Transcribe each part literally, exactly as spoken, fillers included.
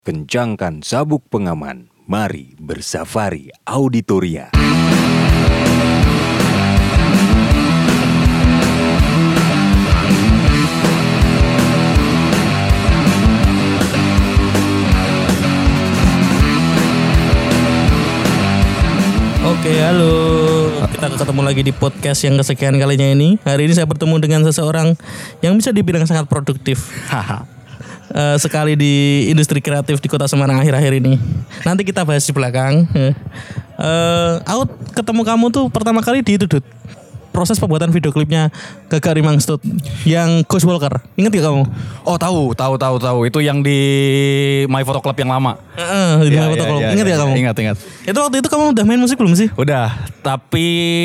Kencangkan sabuk pengaman, mari bersafari Auditoria. Oke, halo. Kita ketemu lagi di podcast yang kesekian kalinya ini. Hari ini saya bertemu dengan seseorang yang bisa dibilang sangat produktif. Uh, sekali di industri kreatif di Kota Semarang akhir-akhir ini. Nanti kita bahas di belakang. Uh, aku ketemu kamu tuh pertama kali di itu, Dut. Proses pembuatan video klipnya Gagak Rimangstut yang Ghost Walker. Ingat gak kamu? Oh tahu, tahu, tahu, tahu. Itu yang di My Photo Club yang lama. Heeh, uh, di ya, My Photo ya, Club. Ya, Ingat ya, gak kamu? Ingat, ingat. Itu waktu itu kamu udah main musik belum sih? Udah, tapi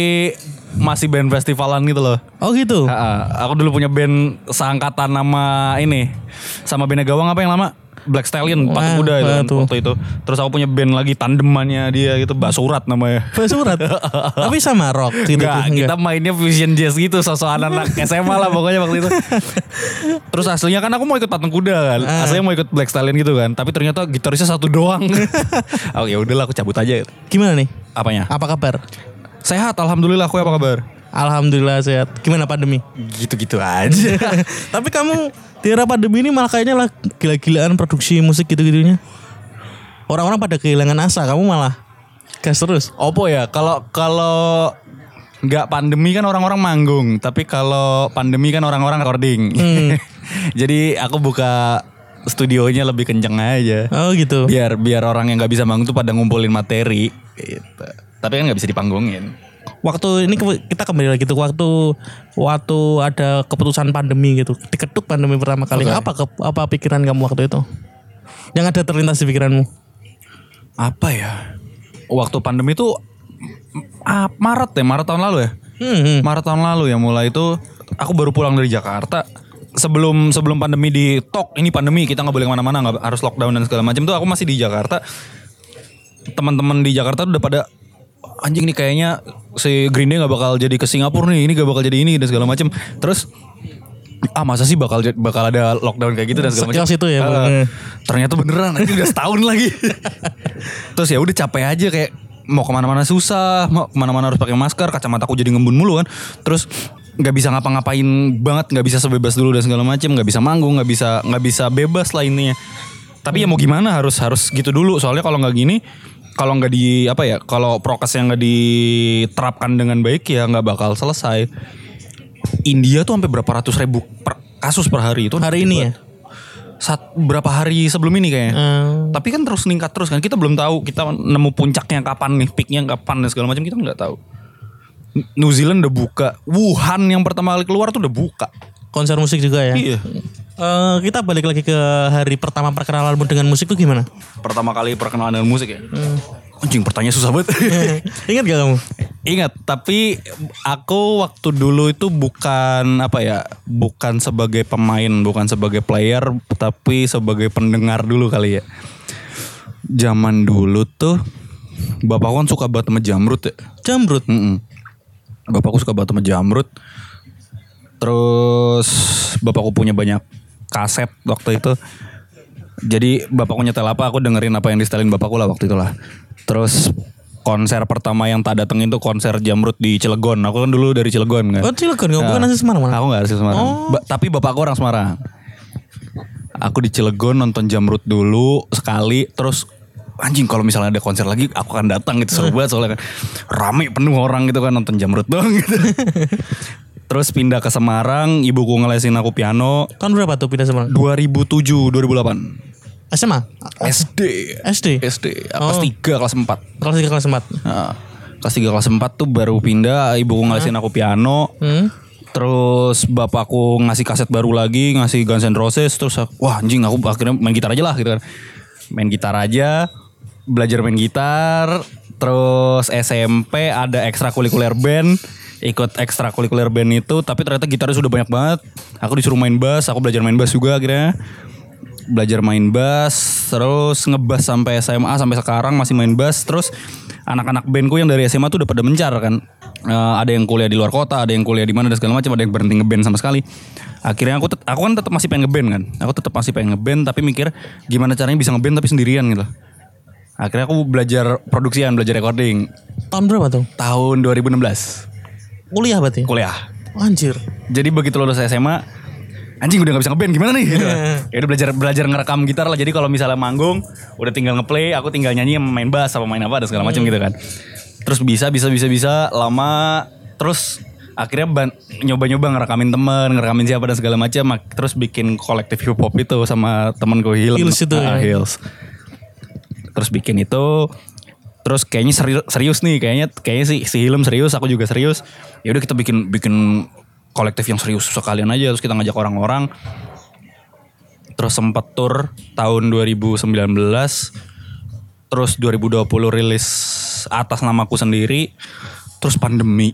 masih band festivalan gitu loh. Oh gitu. Ha-ha. Aku dulu punya band seangkatan nama ini, sama bandnya Gawang apa yang lama? Black Stallion, Patung Kuda itu kan, waktu itu. Terus aku punya band lagi tandemannya dia gitu, Basurat namanya. Basurat. Tapi sama rock gitu. Enggak, kita mainnya fusion jazz gitu, sosok anak-anak S M A lah pokoknya waktu itu. Terus aslinya kan aku mau ikut Patung Kuda kan. Aslinya mau ikut Black Stallion gitu kan, tapi ternyata gitarisnya satu doang. Oh ya udahlah, aku cabut aja. Gimana nih? Apanya? Apa kabar? Sehat, alhamdulillah. Aku apa kabar? Alhamdulillah sehat. Gimana pandemi? Gitu-gitu aja. Tapi kamu di era pandemi ini malah kayaknya lah gila-gilaan produksi musik gitu-gitunya. Orang-orang pada kehilangan asa, kamu malah gas terus. Opo ya, kalau kalau nggak pandemi kan orang-orang manggung, tapi kalau pandemi kan orang-orang recording. Hmm. Jadi aku buka studionya lebih kenceng aja. Oh gitu. Biar biar orang yang nggak bisa manggung tuh pada ngumpulin materi. Gitu. Tapi kan nggak bisa dipanggungin. Waktu ini kita kembali lagi tuh waktu waktu ada keputusan pandemi gitu, diketuk pandemi pertama kali. Okay. Apa ke, apa pikiran kamu waktu itu? Yang ada terlintas di pikiranmu? Apa ya? Waktu pandemi tuh ah, Maret ya, Maret tahun lalu ya. Hmm. Maret tahun lalu ya mulai itu aku baru pulang dari Jakarta. Sebelum sebelum pandemi di tok, ini pandemi kita nggak boleh kemana-mana, nggak harus lockdown dan segala macam tuh aku masih di Jakarta. Teman-teman di Jakarta udah pada anjing nih kayaknya si Green Day gak bakal jadi ke Singapura nih, ini gak bakal jadi ini dan segala macam. Terus ah masa sih bakal bakal ada lockdown kayak gitu dan segala macam. Itu ya. Uh, ternyata beneran, ini udah setahun lagi. Terus ya udah capek aja kayak mau kemana-mana susah, mau kemana-mana harus pakai masker, kacamataku jadi ngembun mulu kan. Terus nggak bisa ngapa-ngapain banget, nggak bisa sebebas dulu dan segala macam, nggak bisa manggung, nggak bisa nggak bisa bebas lah intinya. Tapi ya mau gimana harus harus gitu dulu, soalnya kalau nggak gini. Kalau nggak di apa ya, kalau prokes yang nggak diterapkan dengan baik ya nggak bakal selesai. India tuh sampai berapa ratus ribu per, kasus per hari itu. Hari ini ya? Saat berapa hari sebelum ini kayaknya. Hmm. Tapi kan terus meningkat terus kan. Kita belum tahu kita nemu puncaknya kapan nih, peaknya kapan dan segala macam kita nggak tahu. New Zealand udah buka, Wuhan yang pertama kali keluar tuh udah buka. Konser musik juga ya? Iya. Uh, kita balik lagi ke hari pertama perkenalanmu dengan musik tuh gimana? Pertama kali perkenalan dengan musik ya? Hmm. Anjing pertanyaan susah banget. Ingat gak kamu? Ingat, tapi aku waktu dulu itu bukan apa ya, bukan sebagai pemain, bukan sebagai player, tapi sebagai pendengar dulu kali ya. Zaman dulu tuh bapakku kan suka banget sama Jamrud ya. Jamrud? Mm-mm. Bapakku suka banget sama Jamrud. Terus bapakku punya banyak kaset waktu itu. Jadi bapakku nyetel apa, aku dengerin apa yang disetelin bapakku lah waktu itu lah. Terus konser pertama yang tak datengin tuh konser Jamrud di Cilegon. Aku kan dulu dari Cilegon kan. Oh Cilegon, kamu bukan asli Semarang? Aku gak asli Semarang. Oh. Ba- tapi bapakku orang Semarang. Aku di Cilegon nonton Jamrud dulu sekali. Terus anjing kalau misalnya ada konser lagi aku akan datang gitu, seru banget soalnya kan. Rame penuh orang gitu kan nonton Jamrud doang gitu. Terus pindah ke Semarang, ibuku ngelesin aku piano. Tahun berapa tuh pindah Semarang? dua ribu tujuh, dua ribu delapan. S M A? S D. S D? S D. Kelas oh. tiga, kelas empat. Kelas tiga, kelas empat. Nah, kelas tiga, kelas empat tuh baru pindah, ibuku ngelesin aku piano. Hmm? Terus bapakku ngasih kaset baru lagi, ngasih Guns N' Roses. Terus aku, wah anjing aku akhirnya main gitar aja lah gitu kan. Main gitar aja, belajar main gitar. Terus S M P ada ekstrakurikuler band. Ikut ekstrakurikuler band itu, tapi ternyata gitarnya sudah banyak banget. Aku disuruh main bass, aku belajar main bass juga akhirnya. Belajar main bass, terus ngebass sampai S M A, sampai sekarang masih main bass. Terus anak-anak bandku yang dari S M A tuh udah pada mencar kan. Uh, ada yang kuliah di luar kota, ada yang kuliah di mana dan segala macam, ada yang berhenti ngeband sama sekali. Akhirnya aku tet- aku kan tetap masih pengen ngeband kan. Aku tetap masih pengen ngeband tapi mikir gimana caranya bisa ngeband tapi sendirian gitu. Akhirnya aku belajar produksian, belajar recording. Tahun berapa tuh? Tahun dua ribu enam belas. Kuliah berarti? Kuliah. Anjir. Jadi begitu lulus S M A, anjing udah gak bisa ngeband gimana nih gitu. Ya udah belajar belajar ngerekam gitar lah. Jadi kalau misalnya manggung udah tinggal ngeplay, aku tinggal nyanyi main bass sama main apa dan segala macam gitu kan. Terus bisa bisa bisa bisa lama terus akhirnya ban, nyoba-nyoba ngerekamin temen, ngerekamin siapa dan segala macam, terus bikin kolektif hip hop itu sama temenku Hills. Hills itu uh, ya. Hills. Terus bikin itu, terus kayaknya serius, serius nih, kayaknya kayaknya si si Hilm serius, aku juga serius. Ya udah kita bikin bikin kolektif yang serius sekalian aja, terus kita ngajak orang-orang. Terus sempat tour tahun dua ribu sembilan belas. Terus dua ribu dua puluh rilis atas namaku sendiri. Terus pandemi.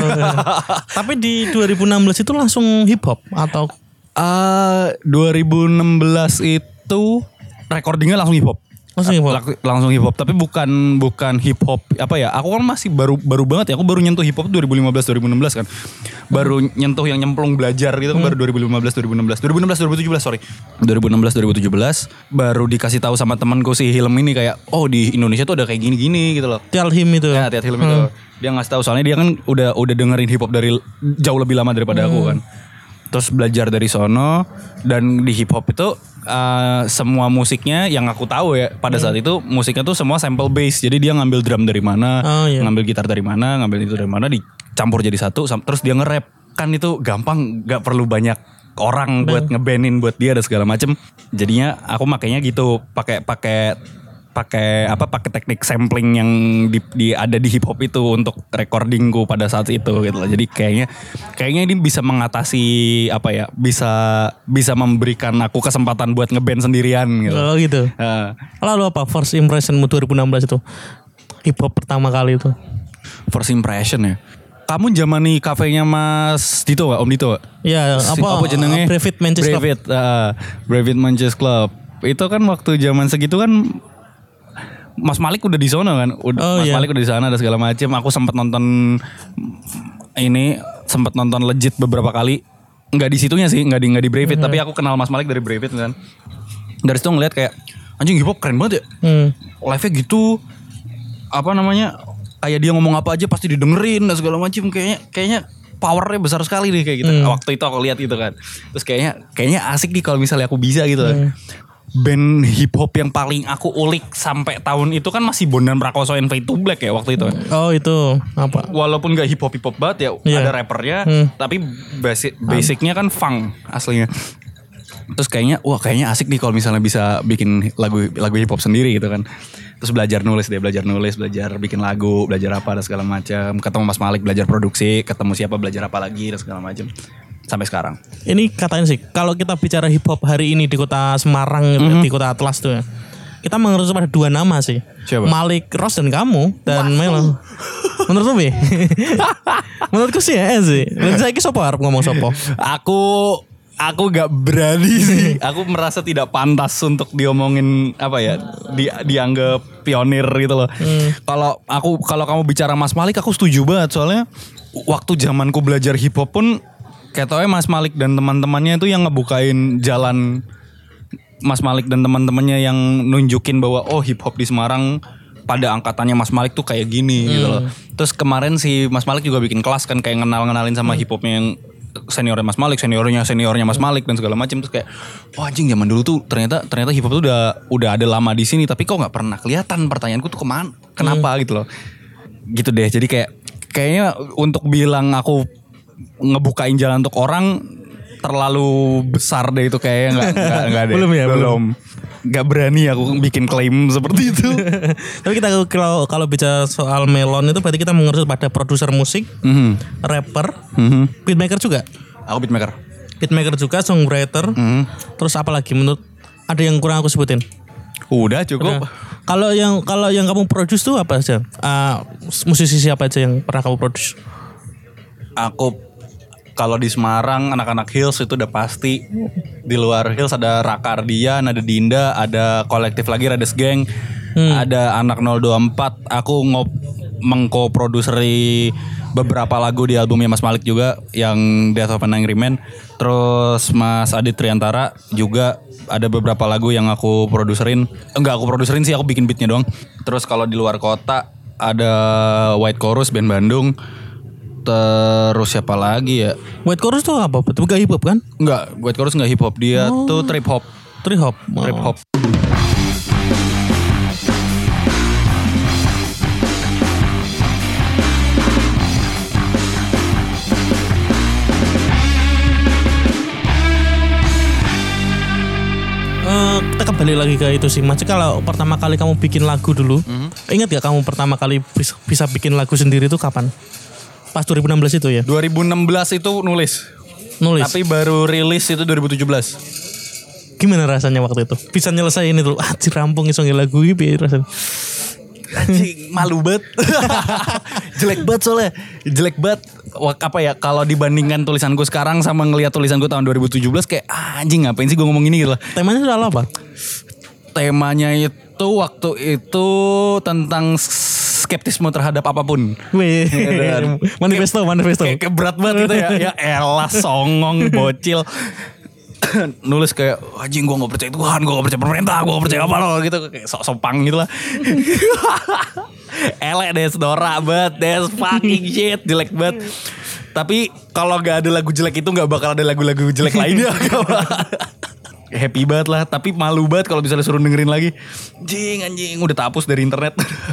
Tapi di dua ribu enam belas itu langsung hip hop atau? Uh, dua ribu enam belas itu recordingnya langsung hip hop. Langsung hip hop. Lang- langsung hip hop, tapi bukan bukan hip hop apa ya? Aku kan masih baru baru banget ya. Aku baru nyentuh hip hop dua ribu lima belas dua ribu enam belas kan. Baru hmm. nyentuh yang nyemplung belajar gitu kan hmm. baru dua ribu lima belas dua ribu enam belas dua ribu enam belas dua ribu tujuh belas sorry. dua ribu enam belas dua ribu tujuh belas baru dikasih tahu sama temanku si Hilm ini kayak, "Oh, di Indonesia tuh ada kayak gini-gini gitu loh." Tial Him itu. Ya, Tial Hilm hmm. itu. Dia ngasih tahu soalnya dia kan udah udah dengerin hip hop dari jauh lebih lama daripada hmm. aku kan. Terus belajar dari sono, dan di hip hop itu uh, semua musiknya yang aku tahu ya pada saat itu musiknya tuh semua sample bass. Jadi dia ngambil drum dari mana, oh, iya. ngambil gitar dari mana, ngambil itu dari mana, dicampur jadi satu, terus dia nge-rap. Kan itu gampang, nggak perlu banyak orang buat ngebandin buat dia dan segala macem. Jadinya aku makanya gitu, pakai pakai pakai apa pakai teknik sampling yang di, di ada di hip hop itu untuk recordingku pada saat itu gitu loh. Jadi kayaknya kayaknya ini bisa mengatasi apa ya, bisa bisa memberikan aku kesempatan buat ngeband sendirian gitu. Oh gitu. Uh, Lalu apa first impressionmu dua ribu enam belas itu? Hip hop pertama kali itu. First impression ya. Kamu zaman nih kafenya Mas Dito gak? Om Dito gak? Iya, Si, apa? apa jenenge? Brevid Manchester Club. Brevid, uh, Brevid Manchester Club. Itu kan waktu zaman segitu kan Mas Malik udah di sana kan, udah, oh, Mas iya. Malik udah di sana ada segala macam. Aku sempat nonton ini, sempat nonton legit beberapa kali. Nggak di situnya sih, nggak di nggak di Brevid, mm-hmm. tapi aku kenal Mas Malik dari Brevid kan. Dari situ ngeliat kayak anjing hip hop keren banget ya. Hmm. Live-nya gitu, apa namanya? Kayak dia ngomong apa aja pasti didengerin dan segala macam. Kayaknya kayaknya powernya besar sekali nih kayak gitu. Hmm. Waktu itu aku lihat gitu kan. Terus kayaknya kayaknya asik nih kalau misalnya aku bisa gitu. Hmm. Band hip hop yang paling aku ulik sampai tahun itu kan masih Bondan Prakoso and Fade to Black ya waktu itu. Oh itu apa? Walaupun gak hip hop hip hop banget ya, yeah. ada rappernya, hmm. tapi basic basicnya kan funk aslinya. Terus kayaknya wah kayaknya asik nih kalau misalnya bisa bikin lagu lagu hip hop sendiri gitu kan. Terus belajar nulis deh, belajar nulis, belajar bikin lagu, belajar apa dan segala macam. Ketemu Mas Malik belajar produksi, ketemu siapa belajar apa lagi dan segala macam. Sampai sekarang. Ini katanya sih, kalau kita bicara hip hop hari ini di kota Semarang, mm-hmm. di kota Atlas tuh ya, kita mengerucut pada dua nama sih. Siapa? Malik Ross dan kamu dan Melo. Menurut lu, menurutku sih ya sih. Dan saya ki sopo harap ngomong sopo. Aku aku gak berani sih. Aku merasa tidak pantas untuk diomongin apa ya, di, dianggap pionir gitu loh. Kalau hmm. aku kalau kamu bicara Mas Malik, aku setuju banget soalnya waktu zamanku belajar hip hop pun katanya Mas Malik dan teman-temannya itu yang ngebukain jalan. Mas Malik dan teman-temannya yang nunjukin bahwa oh hip hop di Semarang pada angkatannya Mas Malik tuh kayak gini hmm. gitu loh. Terus kemarin si Mas Malik juga bikin kelas kan kayak ngenal-ngenalin sama hmm. hip hopnya yang seniornya Mas Malik, seniornya seniornya Mas Malik dan segala macam. Terus kayak wah anjing zaman dulu tuh ternyata ternyata hip hop tuh udah udah ada lama di sini tapi kok nggak pernah kelihatan. Pertanyaanku tuh kemana? Kenapa hmm. gitu loh. Gitu deh. Jadi kayak kayaknya untuk bilang aku ngebukain jalan untuk orang terlalu besar deh itu kayaknya nggak nggak nggak deh. Belum ya belum. Nggak berani aku bikin klaim seperti itu. Tapi kita kalau kalau bicara soal Melon itu berarti kita mengerucut pada produser musik, mm-hmm. rapper, mm-hmm. beatmaker juga. Aku beatmaker. Beatmaker juga, songwriter. Mm-hmm. Terus apa lagi menurut ada yang kurang aku sebutin? Udah cukup. Udah. Kalau yang kalau yang kamu produce tuh apa aja? Uh, musisi siapa aja yang pernah kamu produce? Aku kalau di Semarang anak-anak Hills itu udah pasti. Di luar Hills ada Raka Ardian, ada Dinda, ada kolektif lagi Rades Gang, hmm. ada anak nol dua empat. Aku ngop mengko-produseri beberapa lagu di albumnya Mas Malik juga yang Death of an Angry Man. Terus Mas Adit Triantara juga ada beberapa lagu yang aku produserin. Enggak aku produserin sih, aku bikin beatnya doang. Terus kalau di luar kota ada White Chorus band Bandung. Terus siapa lagi ya? White Chorus tuh apa? Betul gak hip hop kan? Enggak, White Chorus enggak hip hop, dia oh. tuh trip hop. Trip hop. Trip hop. Uh, kita kembali lagi ke itu sih. Mas, kalau pertama kali kamu bikin lagu dulu, mm-hmm. ingat gak kamu pertama kali bisa, bisa bikin lagu sendiri itu kapan? Pas dua ribu enam belas itu ya? dua ribu enam belas itu nulis. Nulis. Tapi baru rilis itu dua ribu tujuh belas. Gimana rasanya waktu itu? Bisa nyelesain itu. Anjir rampung iso lagu iki rasanya. Anjing malu banget. Jelek banget soalnya. Jelek banget. Apa ya, kalau dibandingkan tulisanku sekarang sama ngelihat tulisanku tahun dua ribu tujuh belas kayak ah, anjing ngapain sih gue ngomong ini gitu lah. Temanya soal apa? Temanya itu waktu itu tentang skeptisme terhadap apapun. Wih, manifesto, manifesto. Kayak, kayak berat banget gitu ya. Ya elah songong bocil. Nulis kayak anjing gue gak percaya Tuhan, gue gak percaya pemerintah, gue gak percaya apa lo gitu. Kayak sok-sopang gitu lah. Elek des Dora banget, des fucking shit, jelek banget. Tapi kalau gak ada lagu jelek itu gak bakal ada lagu-lagu jelek lainnya. Happy banget lah, tapi malu banget kalau misalnya suruh dengerin lagi. Anjing anjing udah tak hapus dari internet.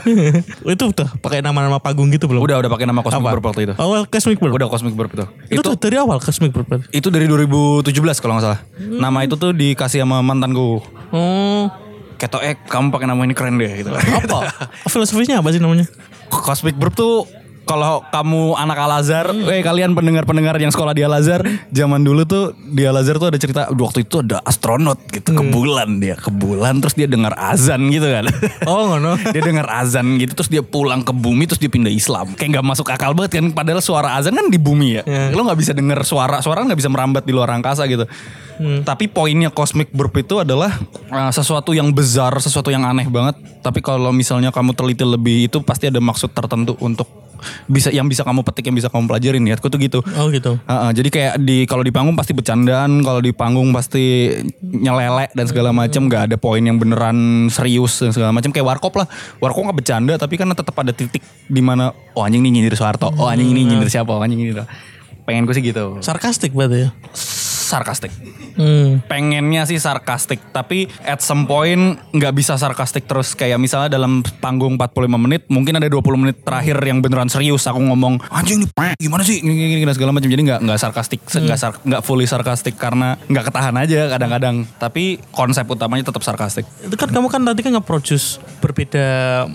Itu udah pakai nama-nama panggung gitu belum? Udah udah pakai nama Cosmic Burp waktu itu. Awal Cosmic Burp. Udah Cosmic Burp itu. Itu, itu dari awal Cosmic Burp. Itu dari dua ribu tujuh belas kalau nggak salah. Hmm. Nama itu tuh dikasih sama mantanku. Oh. Keto eh kamu pakai nama ini keren deh gitu. Apa? Filosofinya apa sih namanya? Cosmic Burp tuh kalau kamu anak Al-Azhar, hmm. eh kalian pendengar-pendengar yang sekolah di Al-Azhar, zaman dulu tuh di Al-Azhar tuh ada cerita waktu itu ada astronot gitu hmm. ke bulan dia, ke bulan terus dia dengar azan gitu kan. Oh ngono. Dia dengar azan gitu terus dia pulang ke bumi terus dia pindah Islam. Kayak enggak masuk akal banget kan, padahal suara azan kan di bumi ya. Yeah. Lo enggak bisa dengar suara, suara enggak bisa merambat di luar angkasa gitu. Hmm. Tapi poinnya Cosmic Burp itu adalah uh, sesuatu yang besar, sesuatu yang aneh banget. Tapi kalau misalnya kamu teliti lebih itu pasti ada maksud tertentu untuk bisa yang bisa kamu petik, yang bisa kamu pelajarin ya. Aku tuh gitu. Oh gitu. Uh, uh, jadi kayak di kalau di panggung pasti bercandaan, kalau di panggung pasti nyelelek dan segala macam. Gak ada poin yang beneran serius dan segala macam. Kayak Warkop lah. Warkop nggak bercanda, tapi kan tetap ada titik di mana oh anjing ini nyindir Soeharto, oh anjing ini nyindir siapa, oh anjing ini. Pengen gue sih gitu. Sarkastik berarti ya. Sarkastik. Hmm. Pengennya sih sarkastik, tapi at some point nggak bisa sarkastik terus. Kayak misalnya dalam panggung empat puluh lima menit, mungkin ada dua puluh menit terakhir yang beneran serius. Aku ngomong anjing ini gimana sih, gini gini segala macam. Jadi nggak nggak sarkastik, nggak hmm. nggak sar, fully sarkastik karena nggak ketahan aja kadang-kadang. Tapi konsep utamanya tetap sarkastik. Itu kan kamu kan tadi kan nge-produce berbeda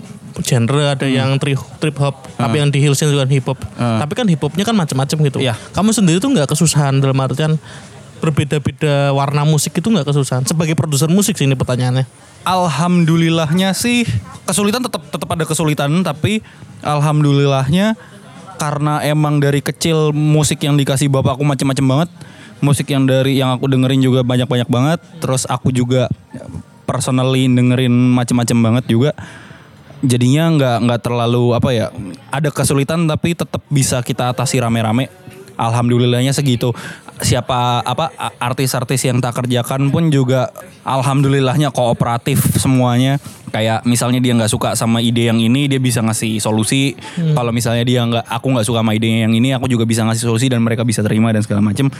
genre, ada hmm. yang trip trip hop, uh. tapi yang di Hillsnya juga hip hop. Uh. Tapi kan hip hopnya kan macam-macam gitu. Yeah. Kamu sendiri tuh nggak kesusahan dalam artian berbeda-beda warna musik itu nggak kesusahan sebagai produser musik sih ini pertanyaannya? Alhamdulillahnya sih kesulitan tetap tetap ada kesulitan, tapi alhamdulillahnya karena emang dari kecil musik yang dikasih bapakku macam-macam banget, musik yang dari yang aku dengerin juga banyak-banyak banget, terus aku juga personally dengerin macam-macam banget juga. Jadinya nggak nggak terlalu apa ya, ada kesulitan tapi tetap bisa kita atasi rame-rame. Alhamdulillahnya segitu. Siapa apa artis-artis yang tak kerjakan pun juga alhamdulillahnya kooperatif semuanya. Kayak misalnya dia nggak suka sama ide yang ini, dia bisa ngasih solusi. Hmm. Kalau misalnya dia nggak, aku nggak suka sama ide yang ini, aku juga bisa ngasih solusi dan mereka bisa terima dan segala macam.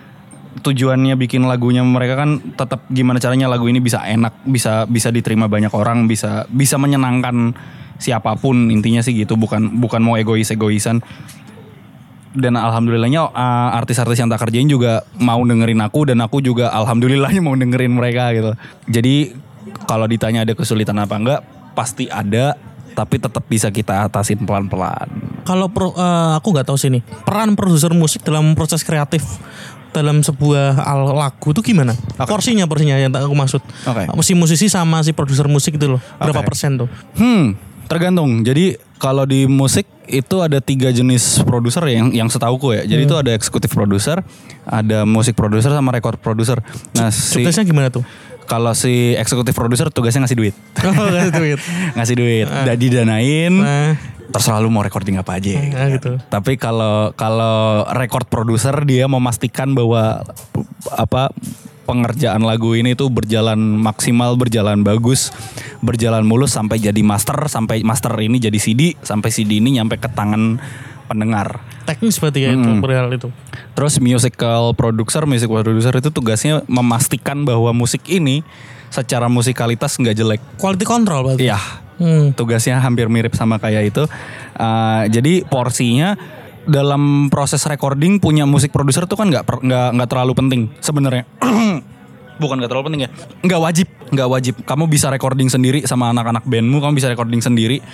Tujuannya bikin lagunya mereka kan tetap gimana caranya lagu ini bisa enak, bisa bisa diterima banyak orang, bisa bisa menyenangkan siapapun, intinya sih gitu. Bukan bukan mau egois-egoisan. Dan alhamdulillahnya uh, artis-artis yang tak kerjain juga mau dengerin aku, dan aku juga alhamdulillahnya mau dengerin mereka gitu. Jadi kalau ditanya ada kesulitan apa enggak, pasti ada, tapi tetap bisa kita atasin pelan-pelan. Kalau pro, uh, aku nggak tahu sih nih, peran produser musik dalam proses kreatif dalam sebuah lagu itu gimana? Okay. Porsinya porsinya yang tak aku maksud. Okay. Si musisi sama si produser musik itu loh, berapa okay. persen tuh? Hmm, tergantung. Jadi kalau di musik itu ada tiga jenis produser yang yang setauku ya. Jadi hmm. itu ada eksekutif produser, ada musik produser sama record produser. Nah, si tugasnya gimana tuh? Kalau si eksekutif produser tugasnya ngasih duit. Oh, ngasih duit. Ngasih duit. Uh. Didanain. Uh. terserah lu mau recording apa aja. Ya, gitu. Tapi kalau kalau record produser dia memastikan bahwa apa pengerjaan lagu ini tuh berjalan maksimal, berjalan bagus, berjalan mulus sampai jadi master, sampai master ini jadi C D, sampai C D ini nyampe ke tangan pendengar. Teknis berarti ya Hmm. itu perihal itu. Terus musical producer, music producer itu tugasnya memastikan bahwa musik ini secara musikalitas nggak jelek. Quality control berarti. Iya. Hmm. Tugasnya hampir mirip sama kayak itu. Uh, jadi porsinya dalam proses recording punya musik produser tuh kan nggak per- nggak nggak terlalu penting sebenarnya. Bukan nggak terlalu penting ya. Nggak wajib, nggak wajib. Kamu bisa recording sendiri sama anak-anak bandmu, kamu bisa recording sendiri.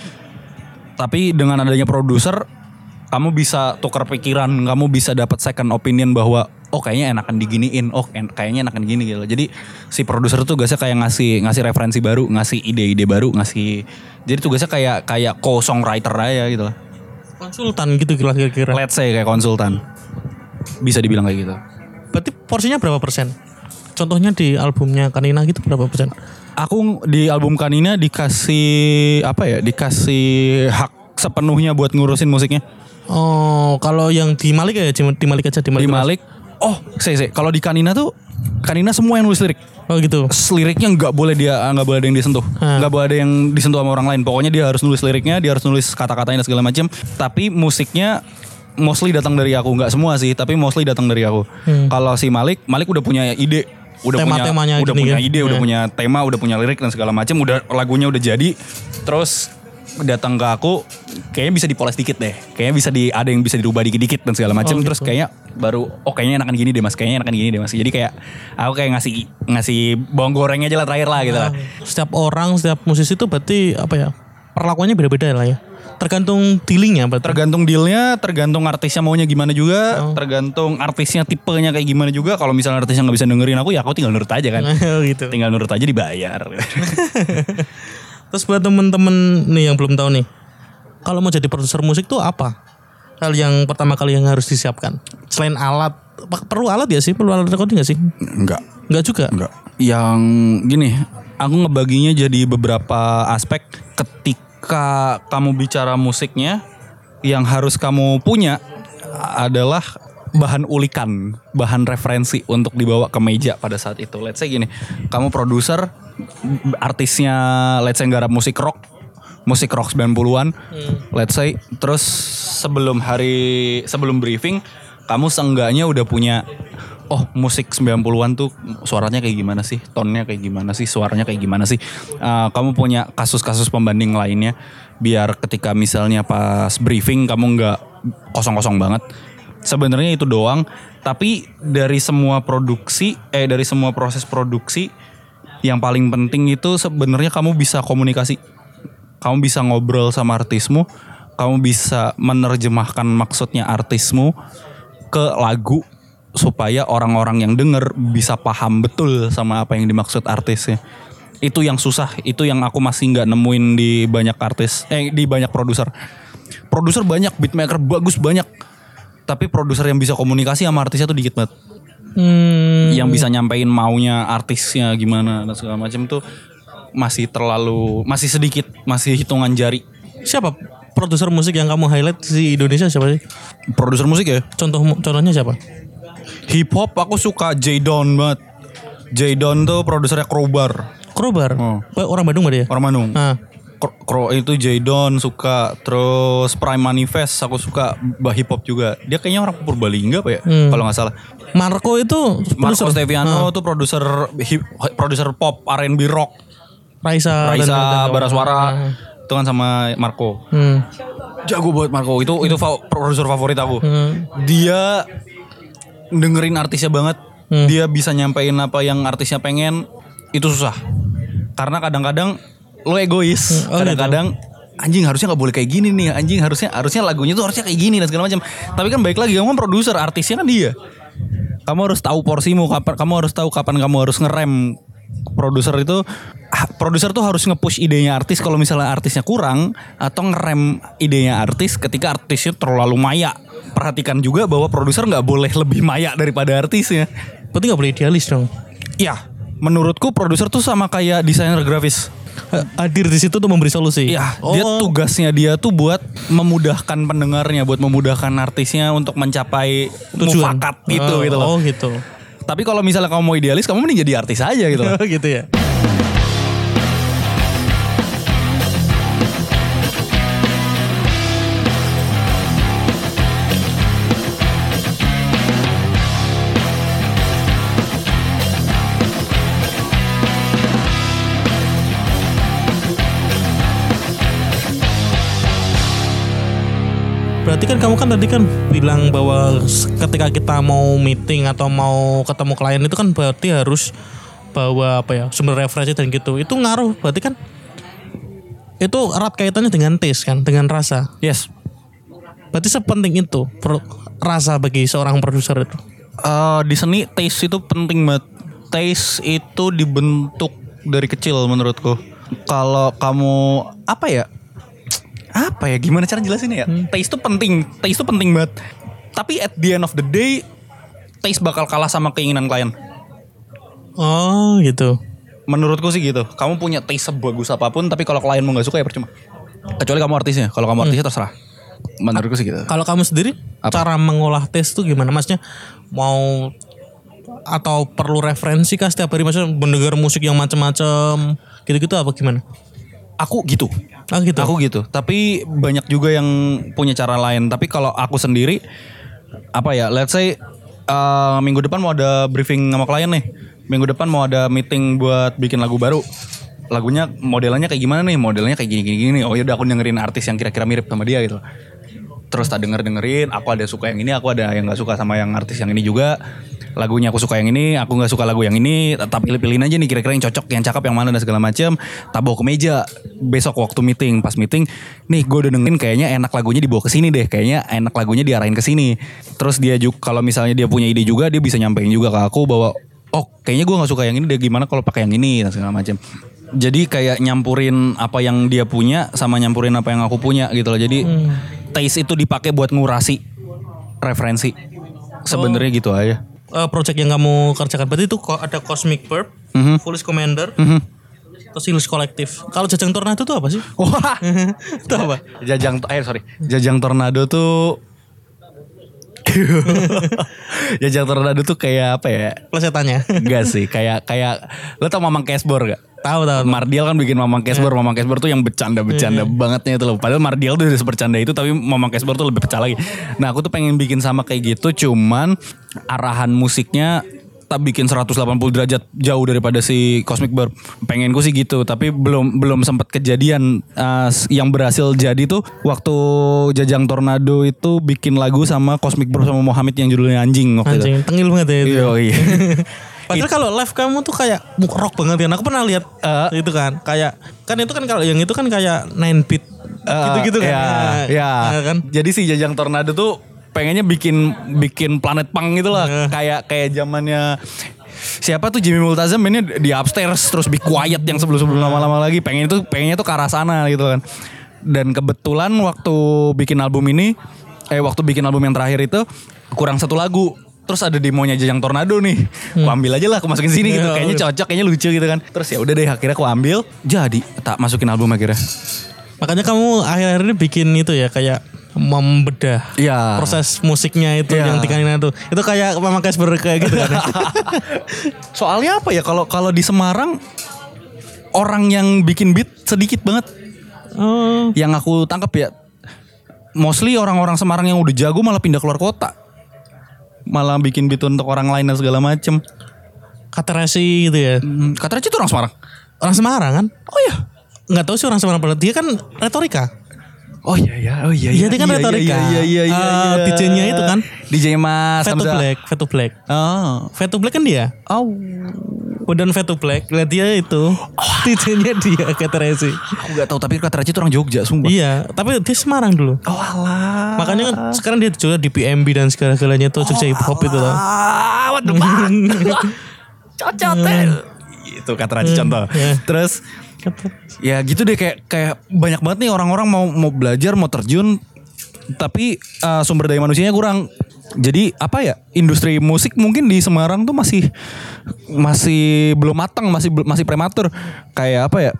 Tapi dengan adanya produser, kamu bisa tukar pikiran, kamu bisa dapat second opinion bahwa oh kayaknya enakan diginiin, oh en- kayaknya enakan gini gitu. Jadi si produser tuh tugasnya kayak ngasih ngasih referensi baru, ngasih ide-ide baru, ngasih. Jadi tugasnya kayak kayak co-songwriter aja gitu lah. Konsultan gitu kira-kira. Let's say kayak konsultan. Bisa dibilang kayak gitu. Berarti porsinya berapa persen? Contohnya di albumnya Kanina gitu berapa persen? Aku di album Kanina dikasih apa ya? Dikasih hak sepenuhnya buat ngurusin musiknya. Oh, kalau yang di Malik ya di Malik aja di Malik. Di Malik. Oh, saya saya. Kalau di Kanina tuh Kanina semua yang nulis lirik. Oh gitu. Liriknya nggak boleh dia nggak boleh ada yang disentuh, Hmm. nggak boleh ada yang disentuh sama orang lain. Pokoknya dia harus nulis liriknya, dia harus nulis kata-katanya dan segala macam. Tapi musiknya mostly datang dari aku, nggak semua sih, tapi mostly datang dari aku. Hmm. Kalau si Malik, Malik udah punya ide, udah Tema-temanya punya, udah gini punya ya? ide, udah Hmm. punya tema, udah punya lirik dan segala macam, udah lagunya udah jadi. Terus datang ke aku, kayaknya bisa dipoles dikit deh, kayaknya bisa di ada yang bisa dirubah dikit-dikit dan segala macam. Oh, Terus gitu. kayaknya baru, oh kayaknya enakan gini deh mas, kayaknya enakan gini deh mas. Jadi kayak aku kayak ngasih ngasih bawang gorengnya aja lah terakhir lah gitu lah. Setiap orang, setiap musisi itu berarti apa ya? Perlakuannya beda-beda lah ya. Tergantung dealingnya berarti. Tergantung dealnya, tergantung artisnya maunya gimana juga, tergantung artisnya tipenya kayak gimana juga. Kalau misalnya artisnya nggak bisa dengerin aku, ya aku tinggal nurut aja kan. gitu. Tinggal nurut aja dibayar. Terus buat temen-temen nih yang belum tahu nih, kalau mau jadi produser musik tuh apa hal yang pertama kali yang harus disiapkan? Selain alat, apa- perlu alat ya sih? Perlu alat recording gak sih? Enggak. Enggak juga. Enggak. Yang gini, aku ngebaginya jadi beberapa aspek. Ketika kamu bicara musiknya, yang harus kamu punya adalah bahan ulikan, bahan referensi untuk dibawa ke meja pada saat itu. Let's say gini, kamu produser, artisnya let's say garap musik rock, musik rock sembilan puluhan, let's say, terus sebelum hari, sebelum briefing, kamu seenggaknya udah punya, oh musik sembilan puluhan tuh suaranya kayak gimana sih, tonnya kayak gimana sih, suaranya kayak gimana sih. Uh, kamu punya kasus-kasus pembanding lainnya, biar ketika misalnya pas briefing kamu nggak kosong-kosong banget. Sebenarnya itu doang, tapi dari semua produksi, eh dari semua proses produksi, yang paling penting itu sebenarnya kamu bisa komunikasi. Kamu bisa ngobrol sama artismu, kamu bisa menerjemahkan maksudnya artismu ke lagu supaya orang-orang yang denger bisa paham betul sama apa yang dimaksud artisnya. Itu yang susah, itu yang aku masih nggak nemuin di banyak artis, eh di banyak produser. Produser banyak, beatmaker bagus banyak, tapi produser yang bisa komunikasi sama artisnya tuh dikit banget. Hmm, Yang bisa nyampein maunya artisnya gimana dan segala macam tuh masih terlalu, masih sedikit, masih hitungan jari. siapa produser musik yang kamu highlight di Indonesia siapa sih? Produser musik ya, Contoh contohnya siapa? hip hop aku suka J-Don banget. J-Don tuh produsernya Crowbar, Crowbar. Oh. Oh, orang Bandung berarti ya? orang Bandung. Ah. Kro, Kro- itu J-Don suka, terus Prime Manifest aku suka, bah hip hop juga. Dia kayaknya orang Purbalingga apa ya, Hmm. kalau nggak salah. Marco itu Marco produser. Steviano Ah. tuh produser hip, produser pop, R and B rock. Raisa, dan- Raisa dan- Baraswara Ah. itu kan sama Marco. Hmm. Jago buat Marco, itu itu fa- produser favorit aku. Hmm. Dia dengerin artisnya banget. Hmm. Dia bisa nyampein apa yang artisnya pengen. Itu susah. Karena kadang-kadang lo egois. Hmm, oh Kadang-kadang anjing harusnya nggak boleh kayak gini nih. Anjing harusnya harusnya lagunya tuh harusnya kayak gini dan segala macam. Tapi kan baik lagi, kamu kan produser, artisnya kan dia. Kamu harus tahu porsimu, kapan kamu harus tahu kapan kamu harus ngerem. Produser itu ah, produser tuh harus nge-push idenya artis kalau misalnya artisnya kurang, atau ngerem idenya artis ketika artisnya terlalu maya. Perhatikan juga bahwa produser nggak boleh lebih maya daripada artisnya. Berarti gak boleh idealis dong. Ya, menurutku produser tuh sama kayak desainer grafis. hadir di situ untuk memberi solusi. Iya, oh. dia tugasnya dia tuh buat memudahkan pendengarnya, buat memudahkan artisnya untuk mencapai Tujuan. mufakat gitu oh, gitu loh. Oh gitu. Tapi kalau misalnya kamu mau idealis, kamu mending jadi artis aja gitu loh. gitu ya. Berarti kan kamu kan tadi kan bilang bahwa ketika kita mau meeting atau mau ketemu klien itu kan berarti harus bawa apa ya sumber referensi dan gitu. Itu ngaruh berarti kan itu erat kaitannya dengan taste kan, dengan rasa. Yes. Berarti sepenting itu pro, rasa bagi seorang produser itu. Uh, di seni taste itu penting banget. Taste itu dibentuk dari kecil menurutku. Kalau kamu apa ya? Apa ya gimana cara jelasin ya? Hmm. Taste itu penting, taste itu penting banget. Tapi at the end of the day, taste bakal kalah sama keinginan klien. Oh gitu. Menurutku sih gitu. Kamu punya taste sebagus apapun, tapi kalau klienmu nggak suka ya percuma. Kecuali kamu artisnya. Kalau kamu artisnya hmm. terserah. Menurutku sih gitu. Kalau kamu sendiri, apa? Cara mengolah taste itu gimana? Maksudnya mau atau perlu referensi kah setiap hari? Maksudnya mendengar musik yang macam-macam, gitu-gitu apa gimana? Aku gitu. Oh gitu. Aku gitu. Tapi banyak juga yang punya cara lain. Tapi kalau aku sendiri apa ya? Let's say uh, minggu depan mau ada briefing sama klien nih. Minggu depan mau ada meeting buat bikin lagu baru. Lagunya modelannya kayak gimana nih? Modelnya kayak gini-gini. Oh ya udah aku dengerin artis yang kira-kira mirip sama dia gitu. Terus tak denger dengerin. Aku ada suka yang ini, aku ada yang nggak suka sama yang artis yang ini juga. Lagunya aku suka yang ini, aku nggak suka lagu yang ini. Tak pilih-pilihin aja nih kira-kira yang cocok, yang cakep, yang mana dan segala macam. Tak bawa ke meja. Besok waktu meeting, pas meeting, nih gue udah dengerin kayaknya enak lagunya dibawa ke sini deh. Kayaknya enak lagunya diarahin ke sini. Terus dia juga kalau misalnya dia punya ide juga, dia bisa nyampein juga ke aku bahwa oh kayaknya gue nggak suka yang ini deh. Gimana kalau pakai yang ini dan segala macam. Jadi kayak nyampurin apa yang dia punya sama nyampurin apa yang aku punya gitu loh. Jadi hmm. taste itu dipakai buat ngurasi referensi. Sebenarnya oh. gitu aja. Uh, project yang kamu kerjakan berarti itu ada Cosmic Burp, mm-hmm. Foolish Commander, mm-hmm. terus Hills Collective. Kalau Jajang Tornado itu apa sih? Wah, itu apa? Jajang, eh sorry, Jajang Tornado tuh, Jajang Tornado tuh kayak apa ya? Plesetannya? Enggak sih, kayak kayak lo tau Mamang Cashbor gak? Tahu tahu. Mardial kan bikin Mamang Cashbor, yeah. Mamang Cashbor tuh yang bercanda-bercanda yeah. bangetnya itu loh. Padahal Mardial tuh udah sebercanda itu, tapi Mamang Cashbor tuh lebih pecah lagi. Nah aku tuh pengen bikin sama kayak gitu, cuman arahan musiknya tak bikin seratus delapan puluh derajat jauh daripada si Cosmic Burp. Pengenku sih gitu, tapi belum belum sempat kejadian. Uh, yang berhasil jadi tuh waktu Jajang Tornado itu bikin lagu sama Cosmic Burp sama Mohammed yang judulnya Anjing waktu Anjing, itu. tengil banget ya itu. Iya, iya. Padahal kalau live kamu tuh kayak rock banget ya. Aku pernah lihat uh, itu kan, kayak kan itu kan kalau yang itu kan kayak nine beat uh, gitu-gitu kan. Iya, iya. Ya, kan. Jadi si Jajang Tornado tuh pengennya bikin bikin planet punk gitu lah, uh. kayak kayak zamannya siapa tuh Jimmy Multazam mainnya di Upstairs terus Be Quiet yang sebelum-sebelum lama-lama lagi. Pengen itu pengennya tuh ke arah sana gitu kan. Dan kebetulan waktu bikin album ini eh waktu bikin album yang terakhir itu kurang satu lagu. Terus ada demonya Jajang Tornado nih, hmm. aku ambil aja lah, aku masukin sini gitu, kayaknya cocok, kayaknya lucu gitu kan. Terus ya udah deh, akhirnya aku ambil, jadi tak masukin album akhirnya. Makanya kamu akhir-akhir ini bikin itu ya, kayak membedah ya. Proses musiknya itu ya. Yang tinggalin itu, itu kayak memang kayak seperti kayak gitu kan. Soalnya apa ya, kalau kalau di Semarang orang yang bikin beat sedikit banget. Oh. Yang aku tangkap ya, mostly orang-orang Semarang yang udah jago malah pindah keluar kota. Malah bikin beat untuk orang lain dan segala macem. Katerasi gitu ya. Hmm, Katerasi itu orang Semarang. Orang Semarang kan? Oh iya. Nggak tahu sih orang Semarang pada. Dia kan retorika. Oh iya iya. Oh iya iya. Dia kan iya, retorika. Iya iya iya. iya, uh, iya. D J-nya itu kan. D J Mas Fat to Black, Fat to Black. Oh. Fat to Black kan dia. Oh. Udah Fat to Black, lihat dia itu. Oh. D J-nya dia Katerasi. Aku nggak tahu tapi Katerasi itu orang Jogja, sumpah. Iya, tapi dia Semarang dulu. Oh alah. Makanya kan sekarang dia juga di P M B dan segala-galanya tuh Jogja hip hop itu loh. Ah, what the fuck. Cocok deh. Itu Katerasi contoh. Terus ya gitu deh, kayak kayak banyak banget nih orang-orang mau mau belajar, mau terjun, tapi uh, sumber daya manusianya kurang. Jadi apa ya, industri musik mungkin di Semarang tuh masih masih belum matang, masih masih prematur. Kayak apa ya,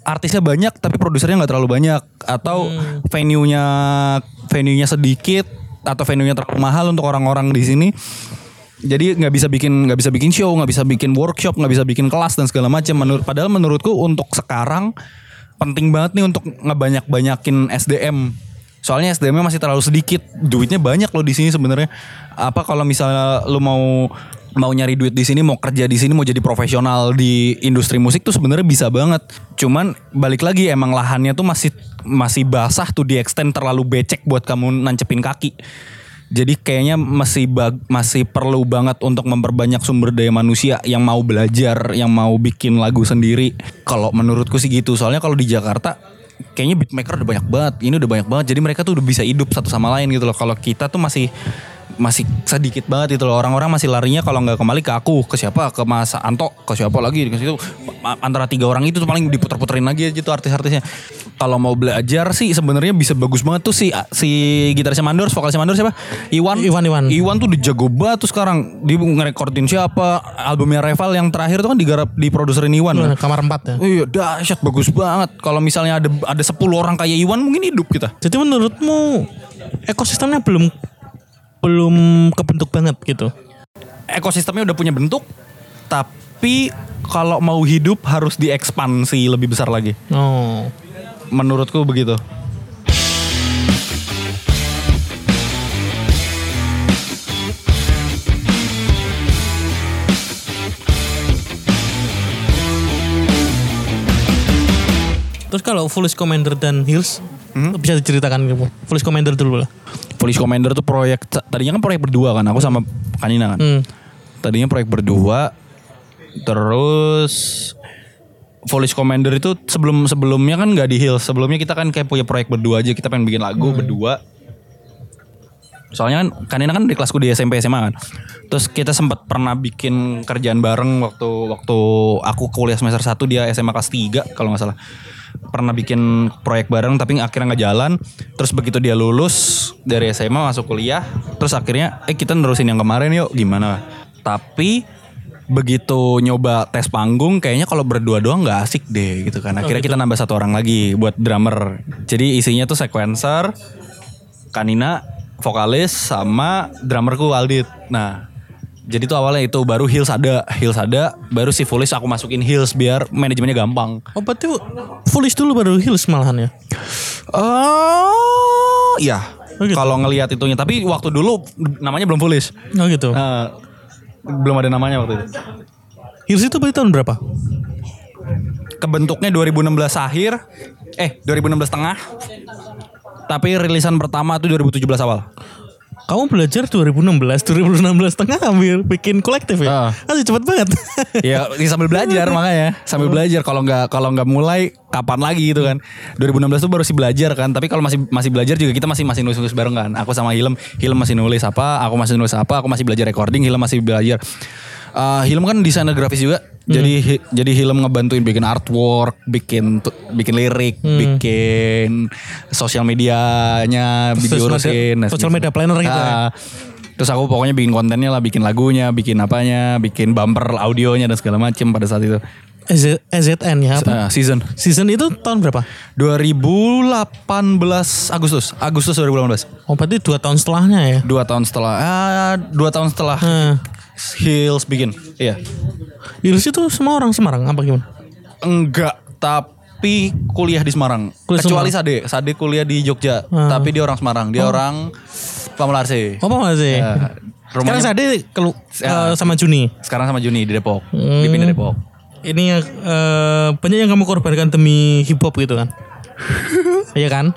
artisnya banyak tapi produsernya nggak terlalu banyak, atau hmm. venue-nya venue-nya sedikit, atau venue-nya terlalu mahal untuk orang-orang di sini. Jadi nggak bisa bikin nggak bisa bikin show, nggak bisa bikin workshop, nggak bisa bikin kelas dan segala macam. Menurut padahal menurutku untuk sekarang penting banget nih untuk ngebanyak-banyakin S D M. Soalnya S D M-nya masih terlalu sedikit, duitnya banyak loh di sini sebenarnya. Apa kalau misalnya lu mau mau nyari duit di sini, mau kerja di sini, mau jadi profesional di industri musik tuh sebenarnya bisa banget. Cuman balik lagi emang lahannya tuh masih masih basah tuh, di extend terlalu becek buat kamu nancepin kaki. Jadi kayaknya masih bag, masih perlu banget untuk memperbanyak sumber daya manusia yang mau belajar, yang mau bikin lagu sendiri. Kalau menurutku sih gitu. Soalnya kalau di Jakarta kayaknya beatmaker udah banyak banget. Ini udah banyak banget. Jadi mereka tuh udah bisa hidup satu sama lain gitu loh. Kalau kita tuh masih masih sedikit banget itu loh. Orang-orang masih larinya kalau nggak kembali ke aku, ke siapa, ke Mas Anto, ke siapa lagi ke situ. Antara tiga orang itu tuh paling diputer-puterin lagi aja tuh artis-artisnya. Kalau mau belajar sih sebenarnya bisa bagus banget tuh si si gitarisnya Mandors, vokalisnya Mandors siapa? Iwan. Iwan Iwan. Iwan tuh udah jago banget tuh sekarang. Dia ngerekordin siapa? Albumnya Reval yang terakhir tuh kan digarap di produserin Iwan. Kan? Kamar empat ya. Iya, dahsyat, bagus banget. Kalau misalnya ada ada sepuluh orang kayak Iwan mungkin hidup kita. Jadi menurutmu ekosistemnya belum belum kebentuk banget gitu? Ekosistemnya udah punya bentuk, tapi kalau mau hidup harus diekspansi lebih besar lagi. Oh. Menurutku begitu. Terus kalau Foolish Commander dan Hills, hmm? bisa diceritakan gitu. Foolish Commander dulu lah. Foolish Commander tuh proyek, tadinya kan proyek berdua kan, aku sama Kanina kan. Hmm. Tadinya proyek berdua, terus Foolish Commander itu sebelum sebelumnya kan nggak di Hills. Sebelumnya kita kan kayak punya proyek berdua aja. Kita pengen bikin lagu hmm. berdua. Soalnya kan Kanina kan di kelasku di S M P S M A kan. Terus kita sempat pernah bikin kerjaan bareng waktu waktu aku kuliah semester satu, dia S M A kelas tiga kalau nggak salah. Pernah bikin proyek bareng tapi akhirnya nggak jalan. Terus begitu dia lulus dari S M A masuk kuliah, terus akhirnya eh kita nerusin yang kemarin yuk gimana. Tapi begitu nyoba tes panggung kayaknya kalau berdua doang nggak asik deh gitu kan. Akhirnya oh, gitu. Kita nambah satu orang lagi buat drummer. Jadi isinya tuh sequencer, Kanina, vokalis sama drummerku Aldit. Nah, jadi tuh awalnya itu baru Hills ada, Hills ada, baru si Foolish aku masukin Hills biar manajemennya gampang. Oh, berarti Foolish dulu baru Hills malahan ya? Oh, iya. Oh, gitu. Kalau ngelihat itunya, tapi waktu dulu namanya belum Foolish. Oh gitu. Uh, belum ada namanya waktu itu. Hills itu berarti tahun berapa? Kebentuknya dua ribu enam belas akhir, eh dua ribu enam belas tengah. Tapi rilisan pertama tuh dua ribu tujuh belas awal. Kamu belajar dua ribu enam belas, dua ribu enam belas tengah ambil bikin kolektif ya? Uh. Masih cepet banget. Ya sambil belajar makanya, sambil belajar. Kalau nggak kalau nggak mulai kapan lagi gitu kan? dua ribu enam belas tuh baru sih belajar kan. Tapi kalau masih masih belajar juga kita masih masih nulis-nulis bareng kan. Aku sama Hilem, Hilem masih nulis apa, aku masih nulis apa, aku masih belajar recording, Hilem masih belajar. Uh, Hilem kan desainer grafis juga. Hmm. Jadi hi, jadi Hilem ngebantuin bikin artwork, bikin bikin lirik, hmm. bikin sosial medianya, video urusin, sosial media planner gitu. Uh, ya. Terus aku pokoknya bikin kontennya lah, bikin lagunya, bikin apanya, bikin bumper audionya dan segala macam pada saat itu. E Z N ya apa? Uh, season. Season itu tahun berapa? dua ribu delapan belas Agustus. Agustus dua ribu delapan belas. Oh, berarti dua tahun setelahnya ya? Dua tahun setelah. Ah, dua tahun setelah. Hmm. Hills bikin. Iya. Hills itu semua orang Semarang apa gimana? Enggak, tapi kuliah di Semarang. Kuliah Kecuali Semarang. Sade, Sade kuliah di Jogja, hmm. tapi dia orang Semarang. Dia oh. orang Pamularse. Oh, Pamularse. Ya, sekarang Sade kelu- ya, uh, sama Juni. Sekarang sama Juni di Depok. Hmm. Dipindah Depok. Ini uh, banyak yang kamu korbankan demi hip hop gitu kan? Iya kan?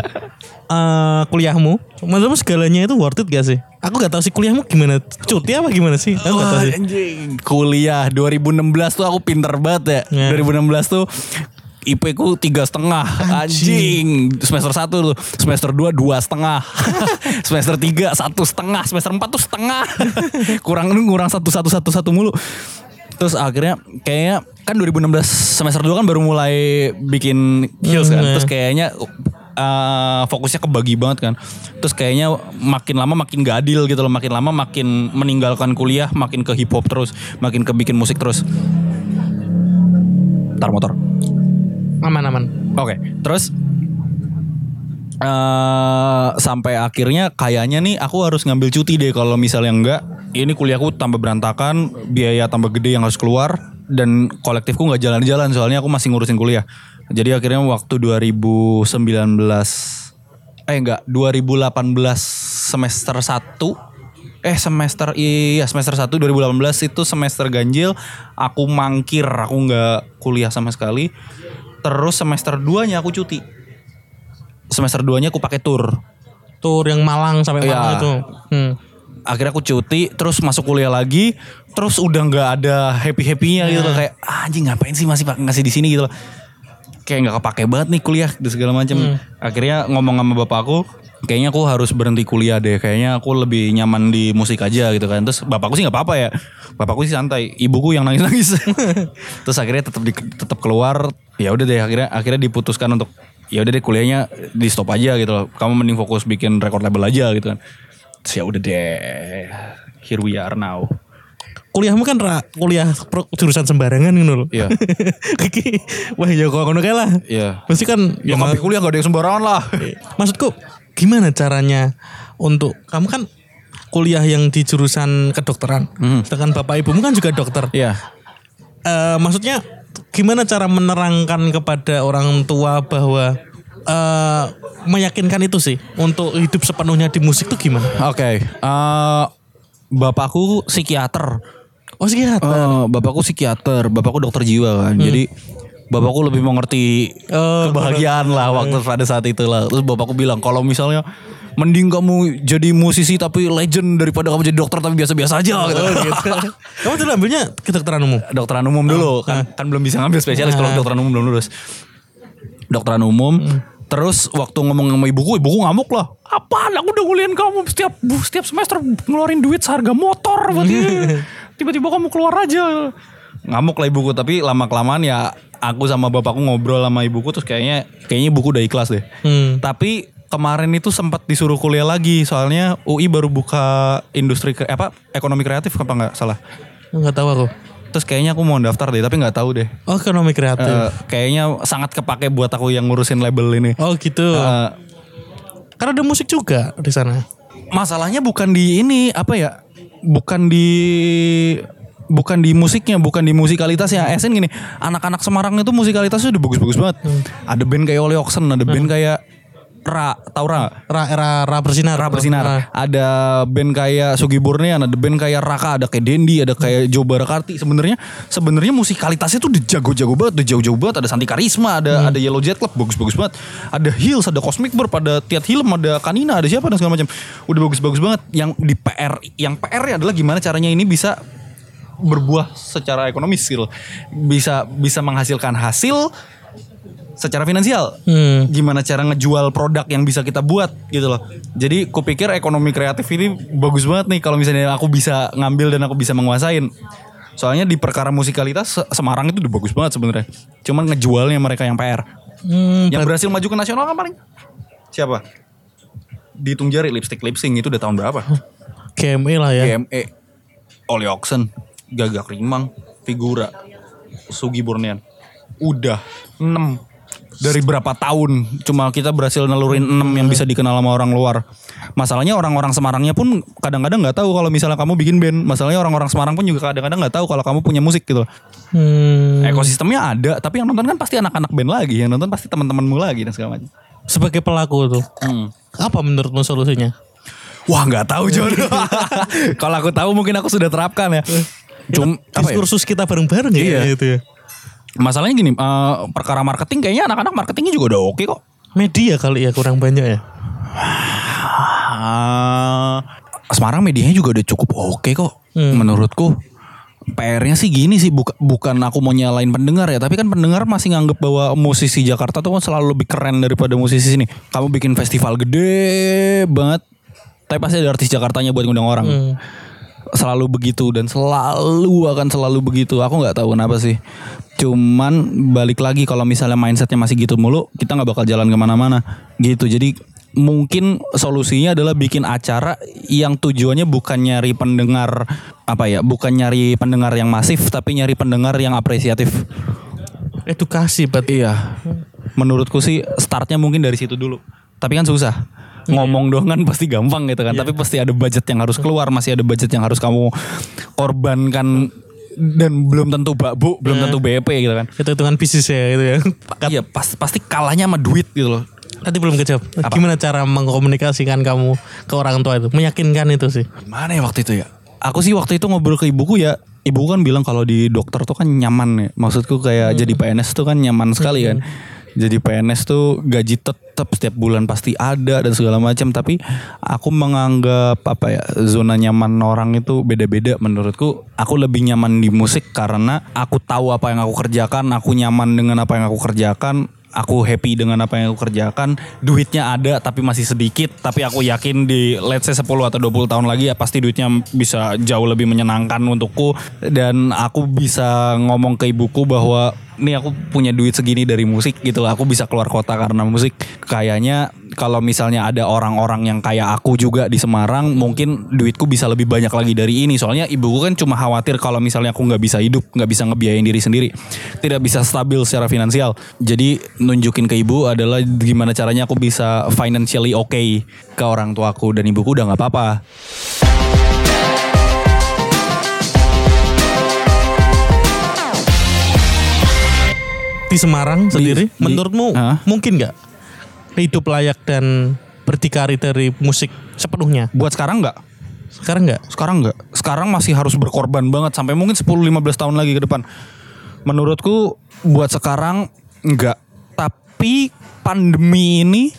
Uh, kuliahmu, menurutmu segalanya itu worth it gak sih? Aku gak tahu sih kuliahmu gimana, cuti apa gimana sih? Aku gak tahu sih. Kuliah dua ribu enam belas tuh aku pinter banget ya. Yeah. dua ribu enam belas tuh I P ku tiga setengah, anjing. Semester satu tuh, semester dua dua setengah, semester tiga satu setengah, semester empat tuh setengah. kurang kurang satu satu satu satu mulu. Terus akhirnya kayaknya kan dua ribu enam belas semester dua kan baru mulai bikin Hills kan. Terus kayaknya uh, fokusnya kebagi banget kan. Terus kayaknya makin lama makin gak adil gitu loh. Makin lama makin meninggalkan kuliah, makin ke hip hop terus, makin ke bikin musik terus. Tar motor. Aman-aman. Oke, okay. Terus uh, sampai akhirnya kayaknya nih aku harus ngambil cuti deh kalau misalnya enggak. Ini kuliahku tambah berantakan, biaya tambah gede yang harus keluar, dan kolektifku nggak jalan-jalan soalnya aku masih ngurusin kuliah. Jadi akhirnya waktu dua ribu sembilan belas, eh enggak, dua ribu delapan belas semester satu, eh semester iya semester satu dua ribu delapan belas itu semester ganjil, aku mangkir, aku nggak kuliah sama sekali. Terus semester dua-nya aku cuti. Semester dua-nya aku pakai tour. Tour yang Malang sampai Malang Ya. itu. Hmm. Akhirnya aku cuti, terus masuk kuliah lagi, terus udah nggak ada happy-happynya gitu loh, kayak ah, anjing ngapain sih masih ngasih di sini gitu loh. Kayak nggak kepake banget nih kuliah dan segala macam. Hmm. Akhirnya ngomong sama bapak aku, kayaknya aku harus berhenti kuliah deh. Kayaknya aku lebih nyaman di musik aja gitu kan. Terus bapakku sih nggak apa-apa ya. Bapakku sih santai. Ibuku yang nangis-nangis. Terus akhirnya tetap di, tetap keluar. Ya udah deh. Akhirnya akhirnya diputuskan untuk ya udah deh kuliahnya di stop aja gitu loh. Kamu mending fokus bikin record label aja gitu kan. Terus ya udah deh. Here we are now. Kuliahmu kan ra, kuliah pro, jurusan sembarangan gitu loh. Iya. Kiki, wah ya kok ngono kae lah. Iya. Mesti kan Ya tapi kuliah gak ada yang sembarangan lah. Maksudku gimana caranya untuk kamu kan kuliah yang di jurusan kedokteran. Hmm. Sedangkan bapak ibumu kan juga dokter. Iya. Uh, maksudnya gimana cara menerangkan kepada orang tua bahwa uh, meyakinkan itu sih untuk hidup sepenuhnya di musik tuh gimana? Oke. Okay. Uh, bapakku psikiater. Oh psikiater. Uh, bapakku psikiater, bapakku dokter jiwa kan. Hmm. Jadi bapakku lebih mengerti oh, kebahagiaan lah waktu pada saat itu lah. Terus bapakku bilang kalau misalnya mending kamu jadi musisi tapi legend daripada kamu jadi dokter tapi biasa-biasa aja gitu. Oh, gitu. Kamu dulu ambilnya kedokteran umum? Kedokteran umum dulu oh, kan, kan belum bisa ngambil spesialis nah. Kalau kedokteran umum belum lulus. Kedokteran umum. Hmm. Terus waktu ngomong sama ibuku, ibuku ngamuk lah. Apaan aku udah kuliahin kamu setiap setiap semester ngeluarin duit seharga motor buat ini. Tiba-tiba kamu keluar aja. Ngamuk lah ibuku, tapi lama-kelamaan ya aku sama bapakku ngobrol sama ibuku terus kayaknya kayaknya ibuku udah ikhlas deh. Hmm. Tapi kemarin itu sempat disuruh kuliah lagi soalnya U I baru buka industri ke, apa ekonomi kreatif apa nggak salah? Nggak tahu aku. Terus kayaknya aku mau daftar deh tapi nggak tahu deh. Oh ekonomi kreatif. Uh, kayaknya sangat kepake buat aku yang ngurusin label ini. Oh gitu. Uh, Karena ada musik juga di sana. Masalahnya bukan di ini apa ya? Bukan di bukan di musiknya, bukan di musikalitasnya. Esen gini, anak-anak Semarang itu musikalitasnya udah bagus-bagus banget. Hmm. Ada band kayak Oli Oxen, ada band hmm. kayak Ra, tau Ra? Ra, Ra, Ra bersinar. Ra bersinar. Ra. Ada band kayak Sugi Burnian, ada band kayak Raka, ada kayak Dendi, ada kayak Joe Barakarti. Sebenarnya sebenarnya musikalitasnya tuh udah jago-jago banget, udah jauh-jauh banget. Ada Santi Karisma, ada hmm. ada Yellow Jet Club, bagus-bagus banget. Ada Hills, ada Cosmic Burp, ada Tiat Hilm, ada Kanina, ada siapa dan segala macam. Udah bagus-bagus banget. Yang di P R, yang P R-nya adalah gimana caranya ini bisa berbuah secara ekonomis gitu. Bisa bisa menghasilkan hasil secara finansial. Hmm. Gimana cara ngejual produk yang bisa kita buat gitu loh. Jadi kupikir ekonomi kreatif ini bagus banget nih kalau misalnya aku bisa ngambil dan aku bisa menguasain. Soalnya di perkara musikalitas Semarang itu udah bagus banget sebenarnya. Cuman ngejualnya mereka yang P R. Hmm, yang berhasil maju ke nasional kan paling siapa? Dihitung jari lipstick lip sync itu udah tahun berapa? G M E lah ya. G M E, Oli Oxen, Gagak Rimang, Figura, Sugi Burnian. Udah enam dari berapa tahun, cuma kita berhasil nalurin enam yang bisa dikenal sama orang luar. Masalahnya orang-orang Semarangnya pun kadang-kadang nggak tahu kalau misalnya kamu bikin band. Masalahnya orang-orang Semarang pun juga kadang-kadang nggak tahu kalau kamu punya musik gitu. Hmm. Ekosistemnya ada, tapi yang nonton kan pasti anak-anak band lagi, yang nonton pasti teman-temanmu lagi dan segala macam. Sebagai pelaku tuh, hmm. apa menurutmu solusinya? Wah nggak tahu John. Kalau aku tahu mungkin aku sudah terapkan ya. Cuma diskursus ya? Kita bareng-bareng ya, iya. Gitu ya. Masalahnya gini, uh, perkara marketing kayaknya anak-anak marketingnya juga udah oke kok. Media kali ya kurang banyak ya. Uh, Semarang medianya juga udah cukup oke kok, hmm. menurutku. P R-nya sih gini sih, buka, bukan aku mau nyalain pendengar ya, tapi kan pendengar masih nganggep bahwa musisi Jakarta tuh kan selalu lebih keren daripada musisi sini. Kamu bikin festival gede banget, tapi pasti ada artis Jakartanya buat ngundang orang. Hmm. Selalu begitu dan selalu akan selalu begitu. Aku nggak tahu kenapa sih. Cuman balik lagi kalau misalnya mindsetnya masih gitu mulu, kita nggak bakal jalan kemana-mana gitu. Jadi mungkin solusinya adalah bikin acara yang tujuannya bukan nyari pendengar apa ya, bukan nyari pendengar yang masif, tapi nyari pendengar yang apresiatif. Edukasi berarti. Iya. Menurutku sih startnya mungkin dari situ dulu. Tapi kan susah. Ngomong doang kan pasti gampang gitu kan. Iya. Tapi pasti ada budget yang harus keluar, masih ada budget yang harus kamu korbankan, dan belum tentu bakbu, belum tentu B E P gitu kan. Itu hitungan bisnis ya itu ya. Iya, pas, pasti kalahnya sama duit gitu loh. Tadi belum kejawab. Apa? Gimana cara mengkomunikasikan kamu ke orang tua itu? Meyakinkan itu sih. Gimana ya waktu itu ya? Aku sih waktu itu ngobrol ke ibuku ya. Ibuku kan bilang kalau di dokter tuh kan nyaman ya. Maksudku kayak Hmm. jadi P N S tuh kan nyaman sekali kan. Jadi P N S tuh gaji tetap setiap bulan pasti ada dan segala macam. Tapi aku menganggap apa ya, zona nyaman orang itu beda-beda. Menurutku aku lebih nyaman di musik karena aku tahu apa yang aku kerjakan. Aku nyaman dengan apa yang aku kerjakan. Aku happy dengan apa yang aku kerjakan. Duitnya ada tapi masih sedikit. Tapi aku yakin di let's say sepuluh atau dua puluh tahun lagi ya pasti duitnya bisa jauh lebih menyenangkan untukku. Dan aku bisa ngomong ke ibuku bahwa nih aku punya duit segini dari musik gitu lah. Aku bisa keluar kota karena musik. Kayaknya kalau misalnya ada orang-orang yang kayak aku juga di Semarang, mungkin duitku bisa lebih banyak lagi dari ini. Soalnya ibuku kan cuma khawatir kalau misalnya aku gak bisa hidup, gak bisa ngebiayain diri sendiri, tidak bisa stabil secara finansial. Jadi nunjukin ke ibu adalah gimana caranya aku bisa financially okay ke orang tuaku. Dan ibuku udah gak apa-apa. Di Semarang sendiri, di- menurutmu Hah? mungkin nggak hidup layak dan berdikari dari musik sepenuhnya? Buat sekarang gak? Sekarang nggak? Sekarang enggak. Sekarang masih harus berkorban banget sampai mungkin sepuluh lima belas tahun lagi ke depan. Menurutku buat sekarang enggak. Tapi pandemi ini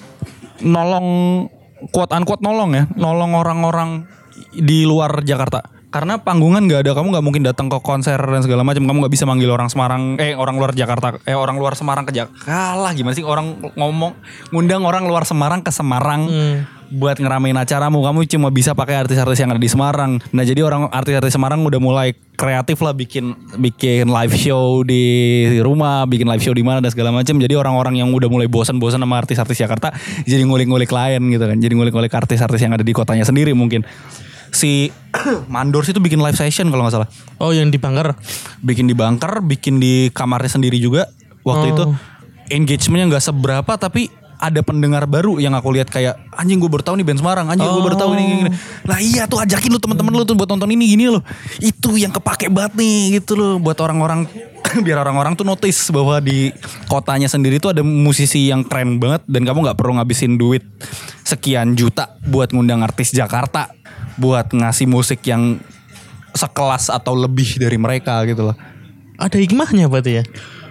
nolong, quote unquote nolong ya, nolong orang-orang di luar Jakarta. Karena panggungan nggak ada, kamu nggak mungkin datang ke konser dan segala macam. Kamu nggak bisa manggil orang Semarang, eh orang luar Jakarta, eh orang luar Semarang ke Jakarta. Kalah gimana sih orang ngomong, ngundang orang luar Semarang ke Semarang buat ngeramein acaramu. Kamu cuma bisa pakai artis-artis yang ada di Semarang. Nah jadi orang artis-artis Semarang udah mulai kreatif lah, bikin bikin live show di rumah, bikin live show di mana dan segala macam. Jadi orang-orang yang udah mulai bosan-bosan sama artis-artis Jakarta, jadi ngulik-ngulik lain gitu kan. Jadi ngulik-ngulik artis-artis yang ada di kotanya sendiri mungkin. Si Mandors itu bikin live session kalau nggak salah. Oh, yang di Bangker. Bikin di bunker, bikin di kamarnya sendiri juga. Waktu Oh. itu engagementnya nggak seberapa, tapi ada pendengar baru yang aku lihat kayak anjing gue baru tahu nih band Semarang, anjing gue baru tahu ini gini. Lah iya tuh, ajakin lu teman-teman lu tuh buat nonton ini gini loh. Itu yang kepake banget nih gitu loh buat orang-orang biar orang-orang tuh notice bahwa di kotanya sendiri tuh ada musisi yang keren banget dan kamu nggak perlu ngabisin duit sekian juta buat ngundang artis Jakarta, buat ngasih musik yang sekelas atau lebih dari mereka gitu loh. Ada hikmahnya berarti ya?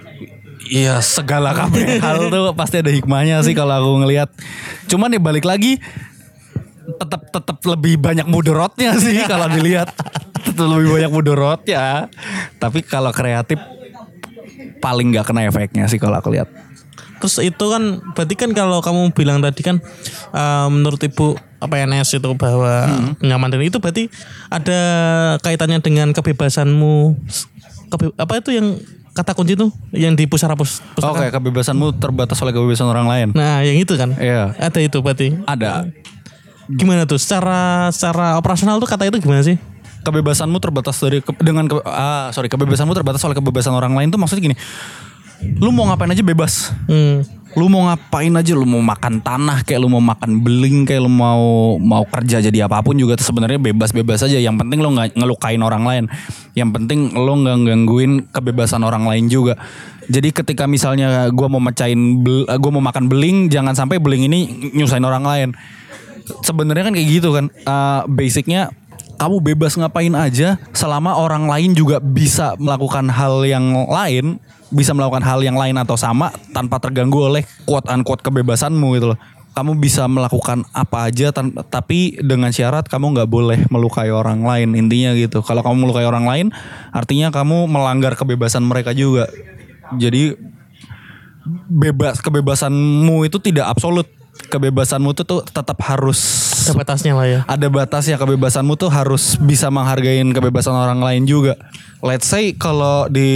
Iya, segala kabeh hal tuh pasti ada hikmahnya sih kalau aku ngelihat. Cuman ya balik lagi tetap tetap lebih banyak mudorotnya sih kalau dilihat. Tetap lebih banyak mudorotnya. Tapi kalau kreatif paling nggak kena efeknya sih kalau aku lihat. Terus itu kan berarti kan kalau kamu bilang tadi kan uh, menurut Ibu P N S itu bahwa Hmm. nyaman dan itu berarti ada kaitannya dengan kebebasanmu. Kebe- apa itu yang kata kunci itu yang di pusara pus pusaka? Oke, kebebasanmu terbatas oleh kebebasan orang lain. Nah, yang itu kan. Iya. Ada itu berarti. Ada. Gimana tuh secara secara operasional tuh kata itu gimana sih? Kebebasanmu terbatas dari ke, dengan ke, ah sorry kebebasanmu terbatas oleh kebebasan orang lain tuh maksudnya gini. Lu mau ngapain aja bebas. Hmm. Lu mau ngapain aja, lu mau makan tanah kayak lu mau makan beling kayak lu mau mau kerja jadi apapun juga tuh sebenarnya bebas-bebas aja. Yang penting lu nggak ngelukain orang lain. Yang penting lu nggak gangguin kebebasan orang lain juga. Jadi ketika misalnya gua mau mecahin bel, gua mau makan beling, jangan sampai beling ini nyusahin orang lain. Sebenarnya kan kayak gitu kan. Uh, basicnya kamu bebas ngapain aja selama orang lain juga bisa melakukan hal yang lain, bisa melakukan hal yang lain atau sama tanpa terganggu oleh quote unquote kebebasanmu gitu loh. Kamu bisa melakukan apa aja tan- tapi dengan syarat kamu nggak boleh melukai orang lain, intinya gitu. Kalau kamu melukai orang lain artinya kamu melanggar kebebasan mereka juga. Jadi bebas, kebebasanmu itu tidak absolut. Kebebasanmu tuh, tuh tetap harus Ada batasnya lah ya. ada batasnya. Kebebasanmu tuh harus bisa menghargain kebebasan orang lain juga. Let's say kalau di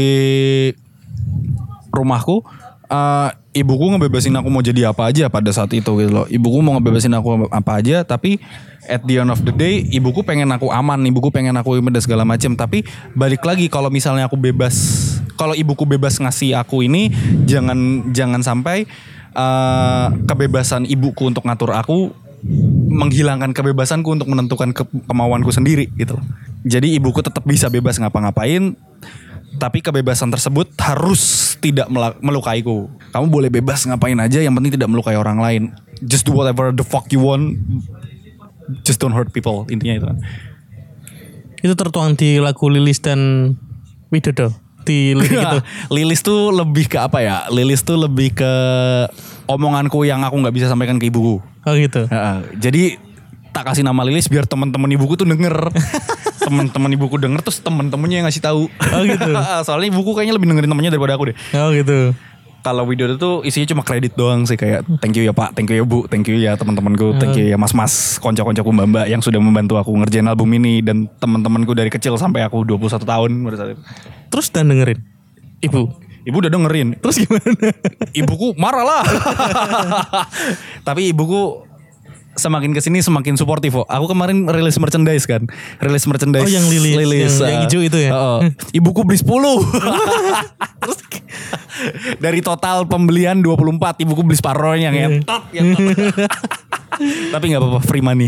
rumahku uh, ibuku ngebebasin aku mau jadi apa aja pada saat itu gitu loh. Ibuku mau ngebebasin aku apa aja, tapi at the end of the day ibuku pengen aku aman, ibuku pengen aku dan segala macam. Tapi balik lagi kalau misalnya aku bebas kalau ibuku bebas ngasih aku ini, jangan jangan sampai uh, kebebasan ibuku untuk ngatur aku menghilangkan kebebasanku untuk menentukan ke- kemauanku sendiri gitu. Jadi ibuku tetap bisa bebas ngapa-ngapain, tapi kebebasan tersebut harus tidak mela- melukaiku. Kamu boleh bebas ngapain aja, yang penting tidak melukai orang lain. Just do whatever the fuck you want, just don't hurt people. Intinya itu kan. Itu tertuang di lagu Lilis dan Widodo. Di lirik itu. Lilis tuh lebih ke apa ya? Lilis tuh lebih ke omonganku yang aku nggak bisa sampaikan ke ibuku. Oh gitu. Uh, jadi tak kasih nama Lilis biar teman-teman ibuku tuh denger. Teman-teman ibuku denger terus teman-temannya yang ngasih tahu. Oh gitu. Soalnya ibuku kayaknya lebih dengerin temannya daripada aku deh. Oh gitu. Kalau Widodo tuh isinya cuma kredit doang sih, kayak thank you ya Pak, thank you ya Bu, thank you ya teman-temanku, thank you ya mas-mas, konco-koncoku mbak-mbak yang sudah membantu aku ngerjain album ini, dan teman-temanku dari kecil sampai aku dua puluh satu tahun pada saat itu. Terus dan dengerin ibu. Ibu udah dengerin. Terus gimana? Ibuku marah lah. Tapi ibuku semakin kesini semakin suportif kok. Aku kemarin rilis merchandise kan, rilis merchandise. Oh yang lilis, lilis yang, uh, yang hijau itu ya. Uh, ibuku beli sepuluh. Terus dari total pembelian dua puluh empat, ibuku beli separohnya ngetot. Tapi nggak apa-apa, free money.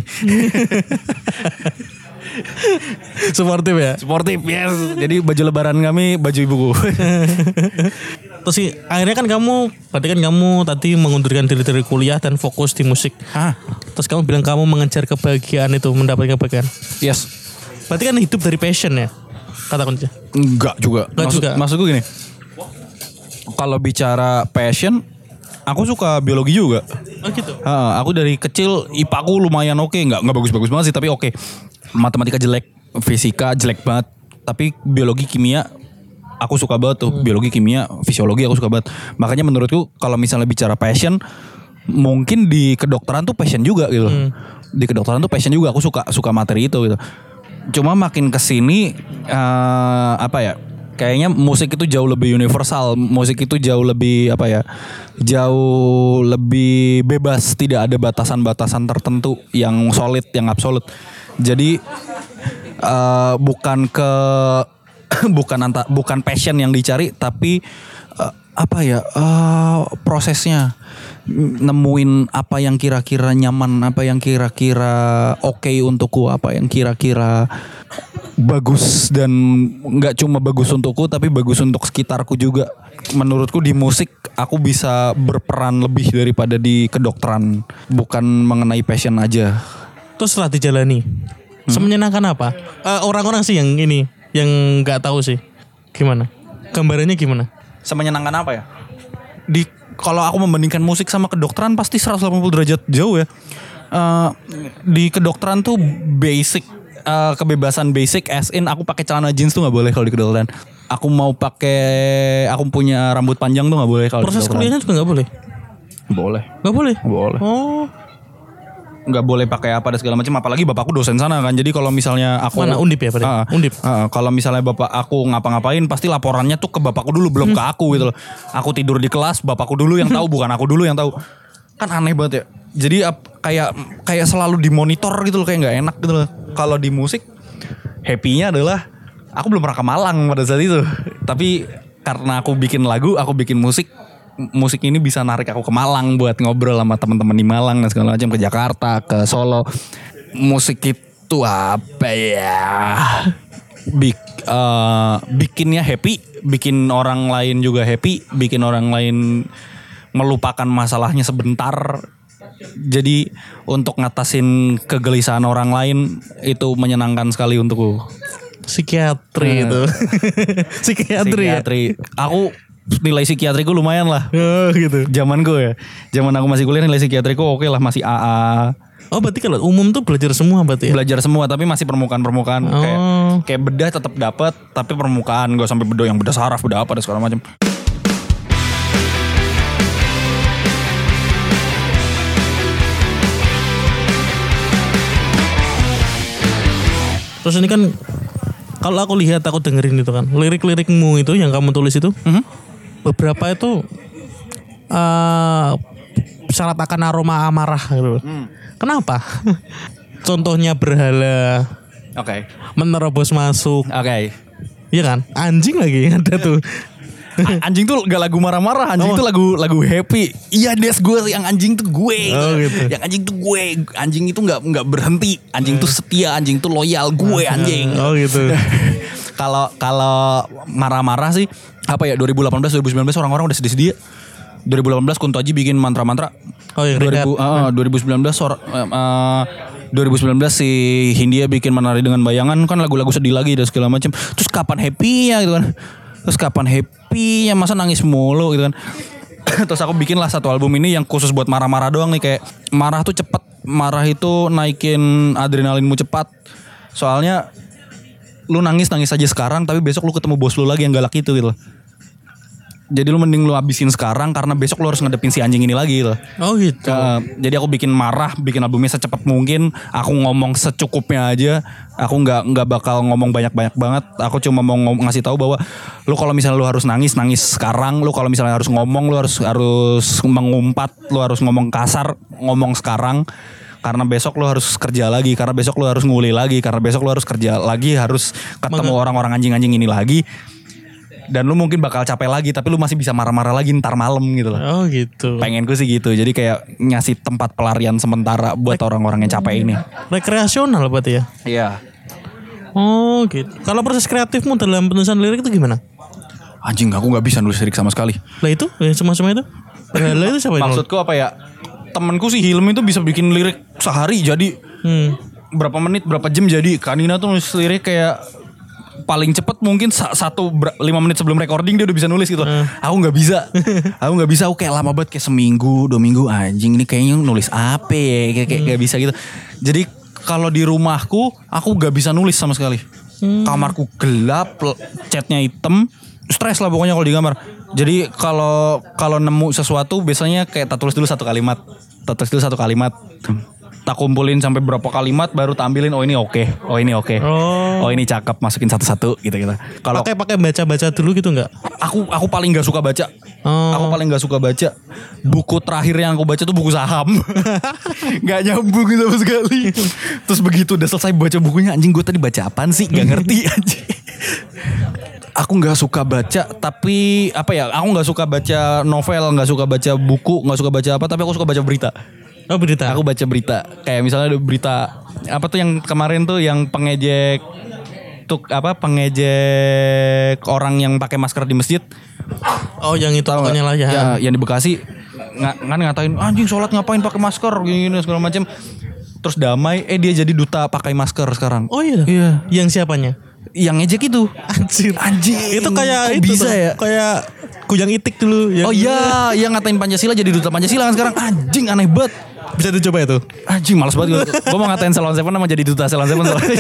Suportif ya. Suportif, yes. Jadi baju lebaran kami baju ibuku. Terus sih akhirnya kan kamu, berarti kan kamu tadi mengundurkan diri dari kuliah dan fokus di musik. Hah? Terus kamu bilang kamu mengejar kebahagiaan itu, mendapatkan kebahagiaan. Yes. Berarti kan hidup dari passion ya, kata kunci. Enggak juga. Enggak Maksud, juga. Maksudku gini. Kalau bicara passion, aku suka biologi juga. Oh gitu. Ha, aku dari kecil I P A aku lumayan oke, nggak nggak bagus-bagus banget sih, tapi oke. Matematika jelek, fisika jelek banget, tapi biologi kimia aku suka banget tuh. Hmm. Biologi kimia, fisiologi aku suka banget. Makanya menurutku kalau misalnya bicara passion, mungkin di kedokteran tuh passion juga gitu. Hmm. Di kedokteran tuh passion juga, aku suka suka materi itu gitu. Cuma makin kesini uh, apa ya? Kayaknya musik itu jauh lebih universal, musik itu jauh lebih apa ya, jauh lebih bebas, tidak ada batasan-batasan tertentu yang solid, yang absolut. Jadi uh, bukan ke bukan anta, bukan passion yang dicari, tapi uh, apa ya uh, prosesnya, nemuin apa yang kira-kira nyaman, apa yang kira-kira oke okay untukku, apa yang kira-kira bagus, dan nggak cuma bagus untukku tapi bagus untuk sekitarku juga. Menurutku di musik aku bisa berperan lebih daripada di kedokteran, bukan mengenai passion aja. Terus setelah dijalani, hmm? semenyenangkan apa? Uh, orang-orang sih yang ini yang nggak tahu sih gimana gambarannya, gimana semenyenangkan apa ya? Di kalau aku membandingkan musik sama kedokteran pasti seratus delapan puluh derajat jauh ya. Uh, di kedokteran tuh basic, uh, kebebasan basic as in aku pakai celana jeans tuh nggak boleh kalau di kedokteran. Aku mau pakai, aku punya rambut panjang tuh nggak boleh kalau di kedokteran. Proses kuliahnya juga nggak boleh. Boleh. Nggak boleh. Boleh. Oh. Nggak boleh pakai apa dan segala macam, apalagi bapakku dosen sana kan. Jadi kalau misalnya aku mana Undip ya berarti? Uh, Undip. Uh, kalau misalnya bapak aku ngapa-ngapain pasti laporannya tuh ke bapakku dulu, belum hmm. ke aku gitu loh. Aku tidur di kelas, bapakku dulu yang tahu, bukan aku dulu yang tahu. Kan aneh banget ya. Jadi ap, kayak kayak selalu dimonitor gitu loh, kayak nggak enak gitu loh. Kalau di musik happy-nya adalah aku belum pernah ke Malang pada saat itu. Tapi karena aku bikin lagu, aku bikin musik, musik ini bisa narik aku ke Malang buat ngobrol sama teman-teman di Malang dan segala macam, ke Jakarta, ke Solo. Musik itu apa ya? Bik, uh, bikinnya happy, bikin orang lain juga happy, bikin orang lain melupakan masalahnya sebentar. Jadi untuk ngatasin kegelisahan orang lain itu menyenangkan sekali untukku. Psikiatri uh, itu. Psikiatri. Psikiatri. Ya? Aku nilai psikiatriku lumayan lah. Oh gitu. Zaman gue ya. Zaman aku masih kuliah nilai psikiatriku oke lah, masih A A. Oh berarti kalau umum tuh belajar semua berarti ya? Belajar semua tapi masih permukaan-permukaan. Oh. Kayak kayak bedah tetap dapat tapi permukaan, gak sampai bedah yang bedah saraf, bedah apa dan segala macam. Terus ini kan kalau aku lihat, aku dengerin itu kan, lirik-lirikmu itu yang kamu tulis itu, mm-hmm. beberapa itu uh, syarat akan aroma amarah gitu. Mm. Kenapa? Contohnya berhala. Oke. Okay. Menerobos masuk. Oke. Okay. Iya kan? Anjing lagi ada tuh. Anjing tuh gak lagu marah-marah, anjing Oh. tuh lagu lagu happy. Iya Des, gue yang anjing tuh gue. Oh, gitu. Yang anjing tuh gue. Anjing itu nggak nggak berhenti. Anjing tuh setia, anjing tuh loyal. Gue anjing. Oh gitu. Kalau kalau marah-marah sih apa ya dua ribu delapan belas dua ribu sembilan belas orang-orang udah sedih-sedih. dua ribu delapan belas Kunto Aji bikin mantra-mantra. Oh iya, dua ribu, uh, dua ribu sembilan belas or, uh, dua ribu sembilan belas si Hindia bikin Menari Dengan Bayangan, kan lagu-lagu sedih lagi dan segala macam. Terus kapan happy-nya gitu kan? Terus kapan happy-nya, masa nangis mulu gitu kan? Terus aku bikin lah satu album ini yang khusus buat marah-marah doang nih, kayak marah tuh cepet, marah itu naikin adrenalinmu cepat. Soalnya lu nangis nangis aja sekarang, tapi besok lu ketemu bos lu lagi yang galak itu gitu. Jadi lu mending lu habisin sekarang karena besok lu harus ngadepin si anjing ini lagi gitu. Oh gitu. Uh, jadi aku bikin marah, bikin albumnya secepat mungkin. Aku ngomong secukupnya aja. Aku nggak nggak bakal ngomong banyak-banyak banget. Aku cuma mau ngom- ngasih tahu bahwa lu kalau misalnya lu harus nangis nangis sekarang. Lu kalau misalnya harus ngomong, lu harus harus mengumpat, lu harus ngomong kasar, ngomong sekarang. Karena besok lu harus kerja lagi, karena besok lu harus nguli lagi, karena besok lu harus kerja lagi, harus ketemu Maka- orang-orang anjing-anjing ini lagi. Dan lu mungkin bakal capek lagi, tapi lu masih bisa marah-marah lagi ntar malam gitu loh. Oh gitu. Pengenku sih gitu. Jadi kayak ngasih tempat pelarian sementara buat orang-orang yang capek ini. Rekreasional berarti ya. Iya. Oh gitu. Kalau proses kreatifmu dalam penulisan lirik itu gimana? Anjing, aku nggak bisa nulis lirik sama sekali. Lah itu, yang semua-semua itu. Lah itu siapa itu? Maksudku apa ya? Temenku sih Hilm itu bisa bikin lirik sehari jadi Hmm. berapa menit, berapa jam jadi. Kanina tuh nulis lirik kayak paling cepet mungkin sa- satu ber- lima menit sebelum recording dia udah bisa nulis gitu. Aku nggak bisa. Aku nggak bisa. Aku kayak lama banget, kayak seminggu, dua minggu. Anjing ini kayaknya nulis apa ya? Kayak kayak nggak bisa gitu. Jadi kalau di rumahku aku nggak bisa nulis sama sekali. Kamarku gelap, l- catnya hitam, stres lah pokoknya kalau di kamar. Jadi kalau kalau nemu sesuatu biasanya kayak tak tulis dulu satu kalimat, tak tulis dulu satu kalimat. Tak kumpulin sampai berapa kalimat baru tampilin, oh ini oke, oh ini oke, Oh. oh ini cakep, masukin satu-satu gitu gitu. Kalau Pakai pakai baca-baca dulu gitu enggak? aku aku paling nggak suka baca, Oh. aku paling nggak suka baca. Buku terakhir yang aku baca tuh buku saham, nggak nyambung sama sekali. Terus begitu udah selesai baca bukunya, anjing gue tadi baca apaan sih? Gak ngerti anjing. Aku nggak suka baca, tapi apa ya? Aku nggak suka baca novel, nggak suka baca buku, nggak suka baca apa, tapi aku suka baca berita. Oh berita. Aku baca berita. Kayak misalnya ada berita apa tuh yang kemarin tuh yang pengejek tuh apa pengejek orang yang pakai masker di masjid. Oh yang itu Tahu pokoknya nggak? lah ya. Ya, yang di Bekasi nga- kan ngatain anjing sholat ngapain pakai masker gini segala macam. Terus damai, eh dia jadi duta pakai masker sekarang. Oh iya. Iya. Yang siapanya? Yang ngejek itu. Anjir. Anjing. Itu kayak kok itu bisa tuh, ya? Kayak kujang itik dulu. Yang Oh iya, yang ngatain Pancasila jadi duta Pancasila kan sekarang. Anjing aneh banget. Bisa dicoba itu. Anjing males banget gue. Gue mau ngatain Salon Seven sama jadi duta Salon Seven soalnya.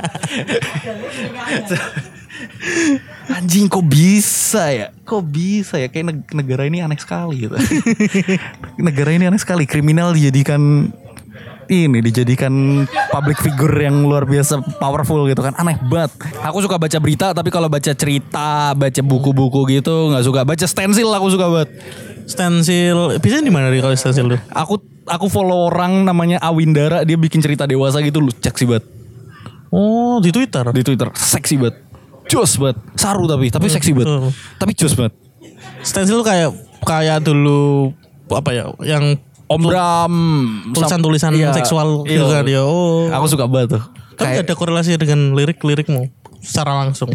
Anjing kok bisa ya? Kok bisa ya? Kayak neg- negara ini aneh sekali gitu. Negara ini aneh sekali. Kriminal dijadikan ini dijadikan public figure yang luar biasa powerful gitu kan, aneh banget. Aku suka baca berita, tapi kalau baca cerita, baca buku-buku gitu nggak suka. Baca stensil aku suka banget. Stensil. Bisa di mana nih kalau stensil tuh? Aku aku follow orang namanya Awindara, dia bikin cerita dewasa gitu, lu cek sih banget Oh di Twitter. di Twitter, seksi banget, jos banget, saru tapi tapi seksi banget, Hmm. tapi jos banget. Stensil tuh kayak kayak dulu apa ya? Yang Om Bram, tulisan-tulisan Iya, seksual iya. gitu kan ya. Oh. Aku suka banget tuh. Tapi Kayak ada korelasi dengan lirik-lirikmu secara langsung.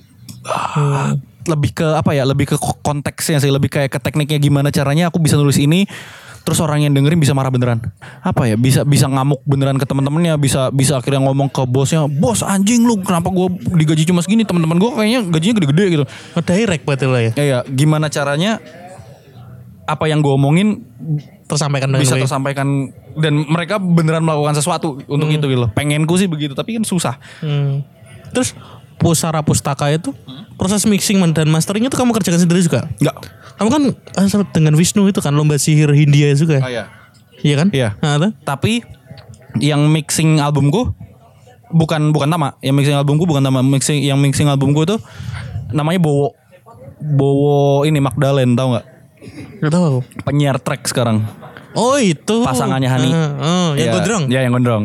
lebih ke apa ya? Lebih ke konteksnya sih, lebih kayak ke tekniknya gimana caranya aku bisa nulis ini. Terus orang yang dengerin bisa marah beneran. Apa ya? Bisa bisa ngamuk beneran ke teman-temannya, bisa bisa akhirnya ngomong ke bosnya, "Bos, anjing lu, kenapa gua digaji cuma segini? Teman-teman gua kayaknya gajinya gede-gede gitu." Oh, direct berarti lah ya. Ya, ya, gimana caranya apa yang gue omongin Tersampaikan dengan bisa baik. tersampaikan dan mereka beneran melakukan sesuatu untuk itu gitu loh. Pengenku sih begitu, tapi kan susah. Hmm. Terus Pusara Pustaka itu proses mixing dan mastering itu kamu kerjakan sendiri juga? Enggak. Kamu kan eh, dengan Wisnu itu kan lomba sihir Hindia juga. Oh iya. Iya kan? Iya. Nah, tuh. Tapi yang mixing albumku bukan bukan Tama, yang mixing albumku bukan Tama, mixing yang mixing albumku tuh namanya Bowo. Bowo ini Magdalene, tahu nggak? Gak tahu aku. Penyiar track sekarang. Oh itu Pasangannya Hani. Ah, oh, yang Ya, gondrong. Ya yang gondrong.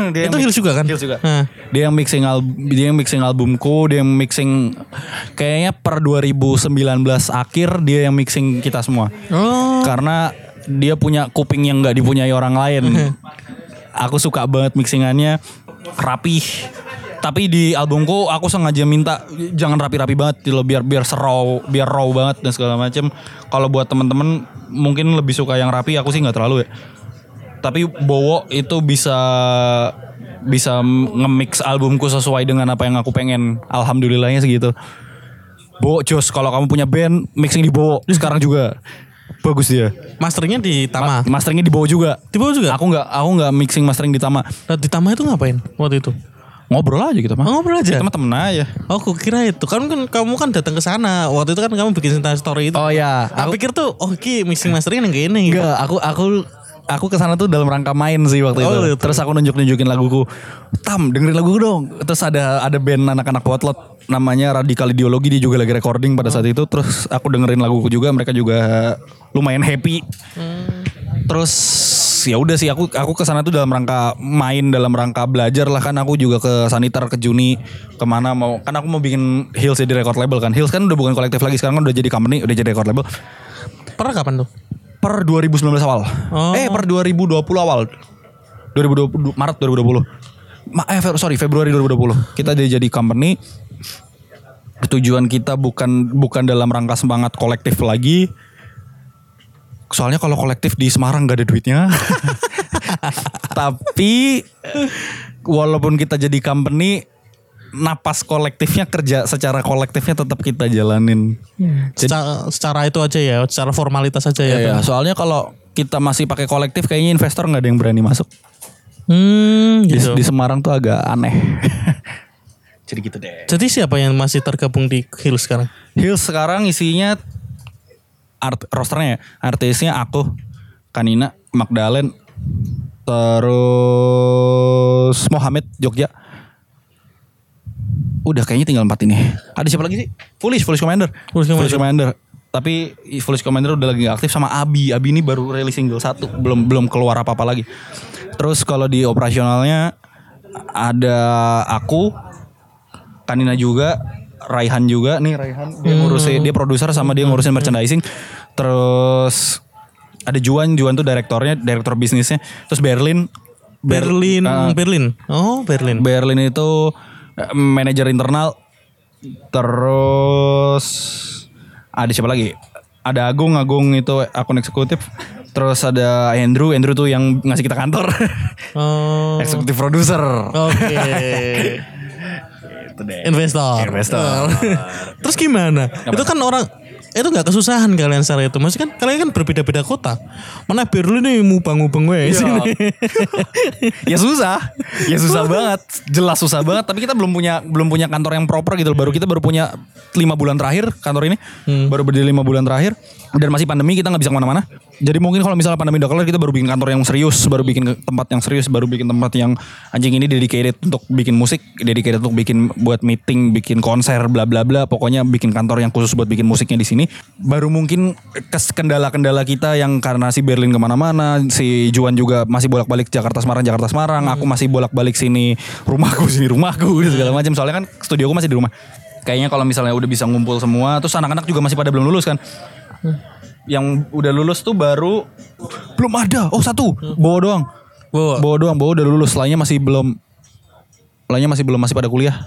dia Itu yang Hills juga kan? Hills juga. Nah. Dia yang mixing album, dia yang mixing albumku, dia yang mixing kayaknya per dua ribu sembilan belas akhir dia yang mixing kita semua. Oh. Karena dia punya kuping yang nggak dipunyai orang lain. Aku suka banget mixingannya, rapih. Tapi di albumku aku sengaja minta jangan rapi-rapi banget, gitu loh, biar biar serau, biar raw banget dan segala macam. Kalau buat temen-temen mungkin lebih suka yang rapi, aku sih nggak terlalu ya. Tapi Bowo itu bisa bisa nge-mix albumku sesuai dengan apa yang aku pengen. Alhamdulillahnya segitu. Bowo jos, kalau kamu punya band mixing di Bowo sekarang juga. Bagus dia. Masteringnya di Tama. Ma- masteringnya di Bowo juga. Di Bowo juga? Aku nggak aku nggak mixing mastering di Tama. Nah, di Tama itu ngapain waktu itu? Ngobrol aja gitu mah. Oh, ngobrol aja. Kita mah temen aja. Oh, aku kira itu kan kan kamu kan datang ke sana. Waktu itu kan kamu bikin story itu. Oh ya, Aku pikir tuh, oh ki mixing mastering yang gini. enggak, aku aku aku kesana tuh dalam rangka main sih waktu Oh, itu. gitu. Terus aku nunjuk-nunjukin laguku. Tam, dengerin laguku dong. Terus ada ada band anak-anak potlot namanya Radikal Ideologi, dia juga lagi recording pada saat itu. Terus aku dengerin laguku juga, mereka juga lumayan happy. Hmm. Terus ya udah sih aku aku kesana tuh dalam rangka main, dalam rangka belajar lah kan. Aku juga ke Sanitar, ke Juni, kemana mau, kan aku mau bikin Hills jadi record label kan. Hills kan udah bukan kolektif lagi, sekarang kan udah jadi company, udah jadi record label. Pernah kapan tuh? Per dua ribu sembilan belas awal. Oh. Eh per dua ribu dua puluh awal. dua ribu dua puluh Maret dua ribu dua puluh. Ma eh sorry Februari dua ribu dua puluh. Kita udah jadi company. Tujuan kita bukan bukan dalam rangka semangat kolektif lagi. Soalnya kalau kolektif di Semarang gak ada duitnya. Tapi walaupun kita jadi company, napas kolektifnya, kerja secara kolektifnya tetap kita jalanin. Jadi, Secara, secara itu aja ya, secara formalitas aja ya. ya, ya, soalnya kalau kita masih pakai kolektif kayaknya investor nggak ada yang berani masuk. Hmm, Di, gitu. di Semarang tuh agak aneh. Jadi gitu deh. Jadi siapa yang masih tergabung di Hills sekarang? Hills sekarang isinya art, rosternya ya, artisnya aku, Kanina, Magdalen, terus Mohamed Jogja. Udah kayaknya tinggal empat ini. Ada siapa lagi sih? Foolish, Foolish Commander. Foolish Commander. Commander. Tapi Foolish Commander udah lagi gak aktif, sama Abi. Abi ini baru rilis single satu, belum belum keluar apa-apa lagi. Terus kalau di operasionalnya ada aku, Kanina juga, Raihan juga. Nih Raihan dia ngurusin, dia produser sama dia ngurusin merchandising. Terus ada Juan, Juan tuh direktornya, direktur bisnisnya. Terus Berlin, Berlin, uh, Berlin. Oh, Berlin. Berlin itu uh, manajer internal. Terus ada siapa lagi? Ada Agung, Agung itu akun eksekutif. Terus ada Andrew, Andrew tuh yang ngasih kita kantor. Oh. Eksekutif produser. Oke. Itu deh. Investor. Investor. Terus gimana? Itu kan orang itu nggak kesusahan kalian secara itu. Maksudnya kan kalian kan berbeda-beda kota. Mana Berlin nih mubang-mubang gue sini. Ya susah, ya susah banget, jelas susah banget. Tapi kita belum punya belum punya kantor yang proper gitu. Baru kita baru punya lima bulan terakhir kantor ini, Hmm. baru berdiri lima bulan terakhir. Dan masih pandemi, kita nggak bisa kemana-mana. Jadi mungkin kalau misalnya pandemi udah kelar, kita baru bikin kantor yang serius, baru bikin tempat yang serius, baru bikin tempat yang anjing ini dedicated untuk bikin musik, dedicated untuk bikin buat meeting, bikin konser, bla bla bla. Pokoknya bikin kantor yang khusus buat bikin musiknya di sini. Baru mungkin kes kendala-kendala kita yang karena si Berlin kemana-mana, si Juan juga masih bolak-balik Jakarta Semarang, Jakarta Semarang. Aku masih bolak-balik sini rumahku, sini rumahku, segala macam. Soalnya kan studioku masih di rumah. Kayaknya kalau misalnya udah bisa ngumpul semua, terus anak-anak juga masih pada belum lulus kan. Yang udah lulus tuh baru belum ada. Oh satu, Bowo doang. Bowo. Bowo doang, Bowo udah lulus. Lainnya masih belum. Lainnya masih belum, masih pada kuliah.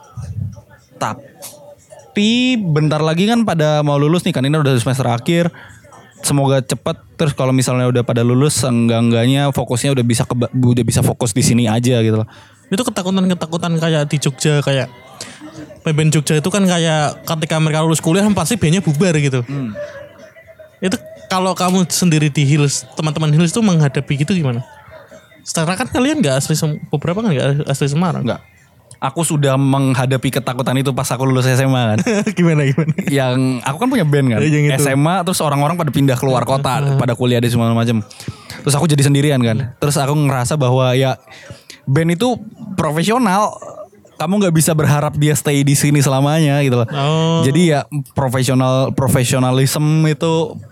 Tapi bentar lagi kan pada mau lulus nih, kan ini udah semester akhir. Semoga cepat. Terus kalau misalnya udah pada lulus, enggak-enggaknya fokusnya udah bisa ke, udah bisa fokus di sini aja gitu loh. Itu ketakutan-ketakutan kayak di Jogja, kayak band Jogja itu kan kayak ketika mereka lulus kuliah pasti bandnya bubar gitu. Hmm. Itu kalau kamu sendiri di Hills, teman-teman Hills itu menghadapi gitu gimana? Secara kan kalian nggak asli Sem- beberapa kan nggak asli Semarang. Enggak. Aku sudah menghadapi ketakutan itu pas aku lulus S M A kan. Gimana gimana? Yang aku kan punya band kan. Yang itu. S M A terus orang-orang pada pindah keluar kota, pada kuliah di semua macam. Terus aku jadi sendirian kan. Terus aku ngerasa bahwa ya band itu profesional. Kamu nggak bisa berharap dia stay di sini selamanya gitu loh. Oh. Jadi ya profesional profesionalism itu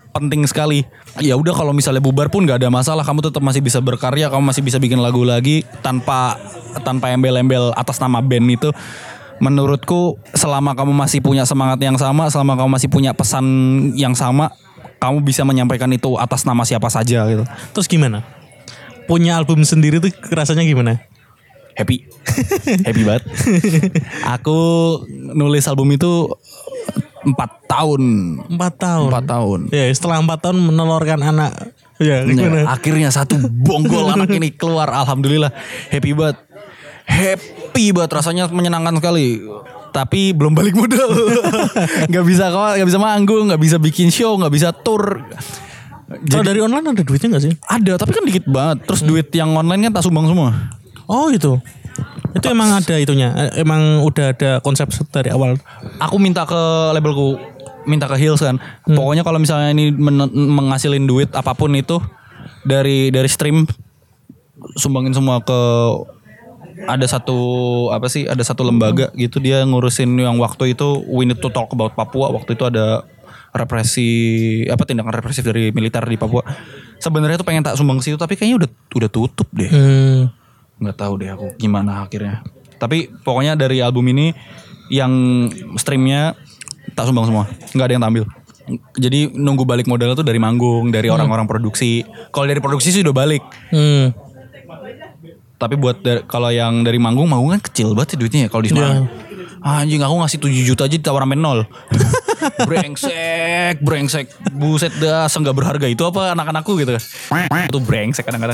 penting sekali. Ya udah kalau misalnya bubar pun nggak ada masalah, kamu tetap masih bisa berkarya, kamu masih bisa bikin lagu lagi tanpa tanpa embel-embel atas nama band itu. Menurutku selama kamu masih punya semangat yang sama, selama kamu masih punya pesan yang sama, kamu bisa menyampaikan itu atas nama siapa saja gitu. Terus gimana? Punya album sendiri tuh rasanya gimana? Happy. Happy banget. Aku nulis album itu empat tahun. Empat tahun. Empat tahun. Ya setelah empat tahun menelurkan anak. Ya gimana? Nah, akhirnya satu bonggol anak ini keluar. Alhamdulillah. Happy banget. Happy banget. Rasanya menyenangkan sekali. Tapi belum balik modal. Gak bisa gak bisa manggung, gak bisa bikin show, gak bisa tour. Kalau dari online ada duitnya gak sih? Ada, tapi kan dikit banget. Terus hmm. duit yang online kan tak sumbang semua. Oh gitu. Itu emang ada itunya. Emang udah ada konsep dari awal. Aku minta ke labelku, minta ke Hills kan. Hmm. Pokoknya kalau misalnya ini men- menghasilin duit apapun itu dari dari stream, sumbangin semua ke ada satu apa sih? Ada satu lembaga gitu, dia ngurusin yang waktu itu We Need to Talk About Papua. Waktu itu ada represi apa tindakan represif dari militer di Papua. Sebenarnya tuh pengen tak sumbang ke situ, tapi kayaknya udah udah tutup deh. Hmm. Nggak tahu deh aku gimana akhirnya. Tapi pokoknya dari album ini yang streamnya tak sumbang semua, nggak ada yang tampil. Jadi nunggu balik modal tuh dari manggung, dari hmm. orang-orang produksi. Kalau dari produksi sih udah balik. Hmm. Tapi buat kalau yang dari manggung, manggung kan kecil banget sih duitnya ya kalau di Semarang. Yeah. Anjing aku ngasih tujuh juta aja ditawar sampai nol. brengsek, brengsek. Buset dah, enggak berharga itu apa anak-anakku gitu. Itu brengsek kadang-kadang.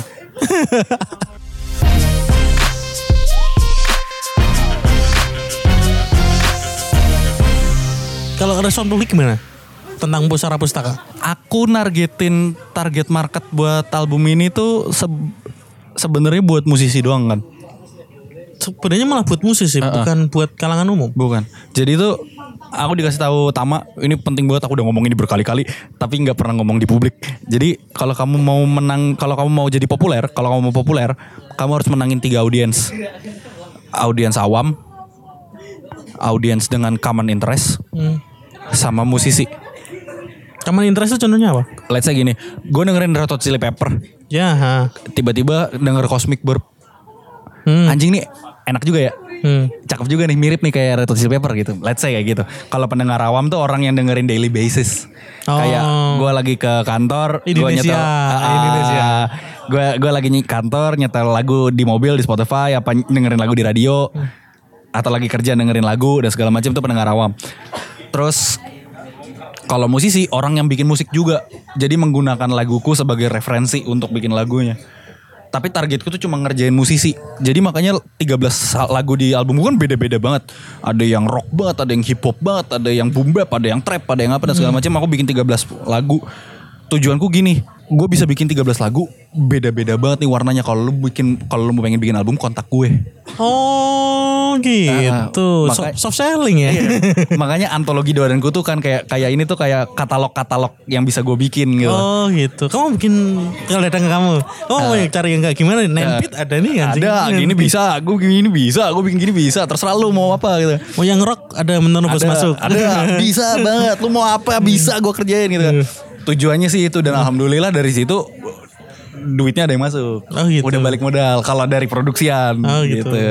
Kalau respon publik gimana? Tentang Pusara Pustaka? Aku nargetin target market buat album ini tuh se- sebenarnya buat musisi doang kan. Sebenarnya malah buat musisi, uh-uh. bukan buat kalangan umum. Bukan. Jadi tuh aku dikasih tahu Tama, ini penting banget, aku udah ngomong ini berkali-kali tapi nggak pernah ngomong di publik. Jadi kalau kamu mau menang, kalau kamu mau jadi populer, kalau kamu mau populer, kamu harus menangin tiga audiens. Audiens awam, audiens dengan common interest, hmm. sama musisi. Common interest itu contohnya apa? Let's say gini, gue dengerin Red Hot Chili Pepper, ya, ha. tiba-tiba denger Cosmic Burp, hmm. anjing nih enak juga ya, hmm. cakep juga nih, mirip nih kayak Red Hot Chili Pepper gitu. Let's say kayak gitu. Kalau pendengar awam tuh orang yang dengerin daily basis, oh. kayak gue lagi ke kantor, gue nyetel, uh, Indonesia, gue gue lagi di kantor nyetel lagu di mobil di Spotify, apa dengerin lagu di radio. Hmm. Atau lagi kerja dengerin lagu dan segala macam, itu pendengar awam. Terus kalau musisi, orang yang bikin musik juga, jadi menggunakan laguku sebagai referensi untuk bikin lagunya. Tapi targetku tuh cuma ngerjain musisi. Jadi makanya tiga belas lagu di albumku kan beda-beda banget. Ada yang rock banget, ada yang hip hop banget, ada yang boom bap, ada yang trap, ada yang apa dan segala macam. Aku bikin tiga belas lagu. Tujuanku gini, gue bisa bikin tiga belas lagu, beda-beda banget nih warnanya. Kalau lu bikin, kalau lu mau pengen bikin album, kontak gue. Oh gitu, uh, maka, soft, soft selling ya. Iya. Makanya antologi Doadanku tuh kan kayak kayak ini tuh kayak katalog-katalog yang bisa gue bikin gitu. Oh gitu. Kamu bikin kalau datang ke kamu, oh uh, mau cari yang kayak gimana? Nempit uh, ada nih kan? Ada, gini bisa, gue gini bisa, gue bikin gini bisa. Terserah lu mau apa gitu. Mau yang rock ada menerobos masuk. Ada, bisa banget. Lu mau apa bisa gue kerjain gitu. Tujuannya sih itu, dan alhamdulillah dari situ duitnya ada yang masuk. Oh gitu. Udah balik modal kalau dari produksian. Oh gitu. gitu.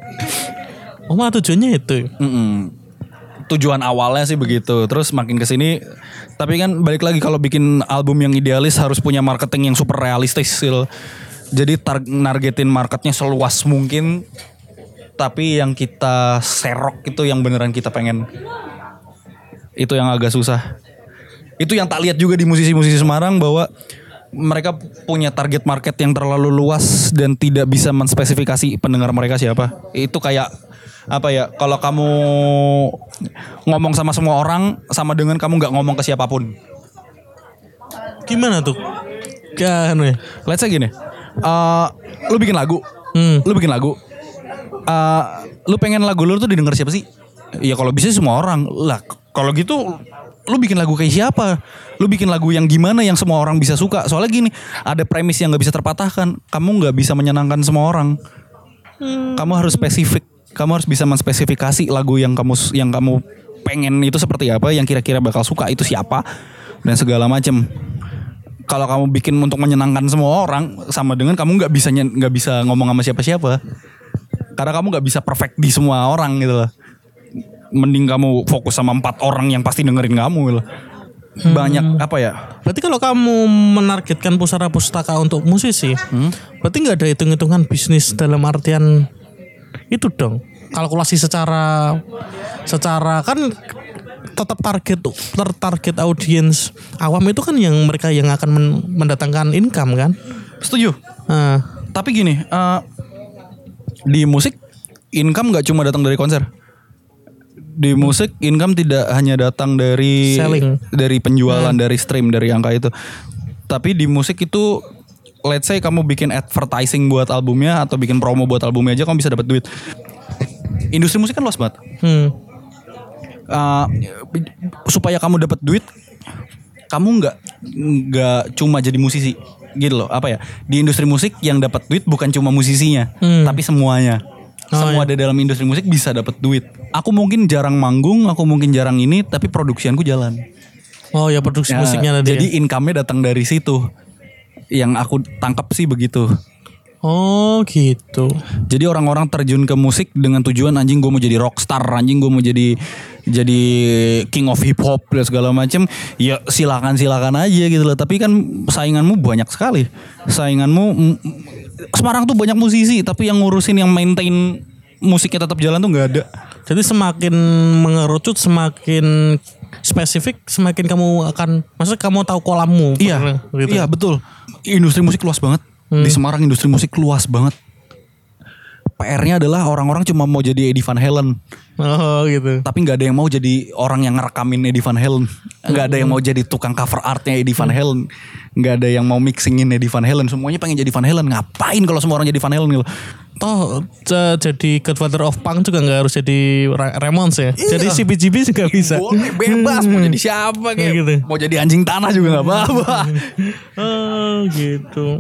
Oh mah tujuannya itu. Mm-mm. Tujuan awalnya sih begitu. Terus makin kesini, tapi kan balik lagi kalau bikin album yang idealis harus punya marketing yang super realistis gitu. Jadi tar- nargetin marketnya seluas mungkin, tapi yang kita serok itu yang beneran kita pengen. Itu yang agak susah. Itu yang tak lihat juga di musisi-musisi Semarang, bahwa mereka punya target market yang terlalu luas dan tidak bisa menspesifikasi pendengar mereka siapa. Itu kayak apa ya, kalau kamu ngomong sama semua orang sama dengan kamu gak ngomong ke siapapun. Gimana tuh? Kan let's say gini, uh, lu bikin lagu, hmm. lu bikin lagu, uh, lu pengen lagu lu tuh didengar siapa sih? Ya kalau bisa semua orang lah. Kalau gitu lu bikin lagu kayak siapa? Lu bikin lagu yang gimana yang semua orang bisa suka? Soalnya gini, ada premis yang gak bisa terpatahkan. Kamu gak bisa menyenangkan semua orang. Hmm. Kamu harus spesifik. Kamu harus bisa menspesifikasi lagu yang kamu yang kamu pengen itu seperti apa, yang kira-kira bakal suka itu siapa. dan segala macam. Kalau kamu bikin untuk menyenangkan semua orang, sama dengan kamu nggak bisa nggak bisa ngomong sama siapa-siapa. Karena kamu nggak bisa perfect di semua orang gitu loh. Mending kamu fokus sama empat orang yang pasti dengerin kamu gitu loh. Banyak hmm. apa ya? Berarti kalau kamu menargetkan pusara pustaka untuk musisi, hmm? berarti nggak ada hitung-hitungan bisnis dalam artian itu dong. Kalkulasi secara secara kan tetap target target audiens awam itu kan yang mereka yang akan mendatangkan income kan. Setuju. Uh. Tapi gini, uh, di musik income nggak cuma datang dari konser. Di musik income tidak hanya datang dari selling, dari penjualan, hmm. dari stream, dari angka itu. Tapi di musik itu, let's say kamu bikin advertising buat albumnya atau bikin promo buat albumnya aja kamu bisa dapat duit. Industri musik kan luas banget. Hmm. Uh, supaya kamu dapat duit, kamu nggak nggak cuma jadi musisi gitu loh. Apa ya, di industri musik yang dapat duit bukan cuma musisinya, hmm. tapi semuanya. Oh, semua iya. ada dalam industri musik bisa dapat duit. Aku mungkin jarang manggung, aku mungkin jarang ini, tapi produksianku jalan. Oh ya, produksi ya, musiknya tadi. Jadi ya? Income-nya datang dari situ. Yang aku tangkap sih begitu. Oh gitu. Jadi orang-orang terjun ke musik dengan tujuan anjing gue mau jadi rockstar, anjing gue mau jadi jadi king of hip hop dan segala macam. Ya silakan silakan aja gitu loh. Tapi kan sainganmu banyak sekali. Sainganmu Semarang tuh banyak musisi, tapi yang ngurusin yang maintain musiknya tetap jalan tuh nggak ada. Jadi semakin mengerucut, semakin spesifik, semakin kamu akan, maksudnya kamu tahu kolammu. Iya, gitu. Iya betul. Industri musik luas banget. Hmm. Di Semarang industri musik luas banget. P R-nya adalah orang-orang cuma mau jadi Eddie Van Halen. Oh gitu. Tapi nggak ada yang mau jadi orang yang ngerekamin Eddie Van Halen. Nggak ada yang mau jadi tukang cover artnya Eddie Van Halen. Nggak ada yang mau mixingin Eddie Van Halen. Semuanya pengen jadi Van Halen. Ngapain kalau semua orang jadi Van Halen gitu? Toh jadi Godfather of Punk juga nggak harus jadi Ramones ya. Iya. Jadi C B G B juga bisa. Boleh bebas mau jadi siapa kayak gitu. Mau jadi anjing tanah juga nggak apa-apa. Oh gitu.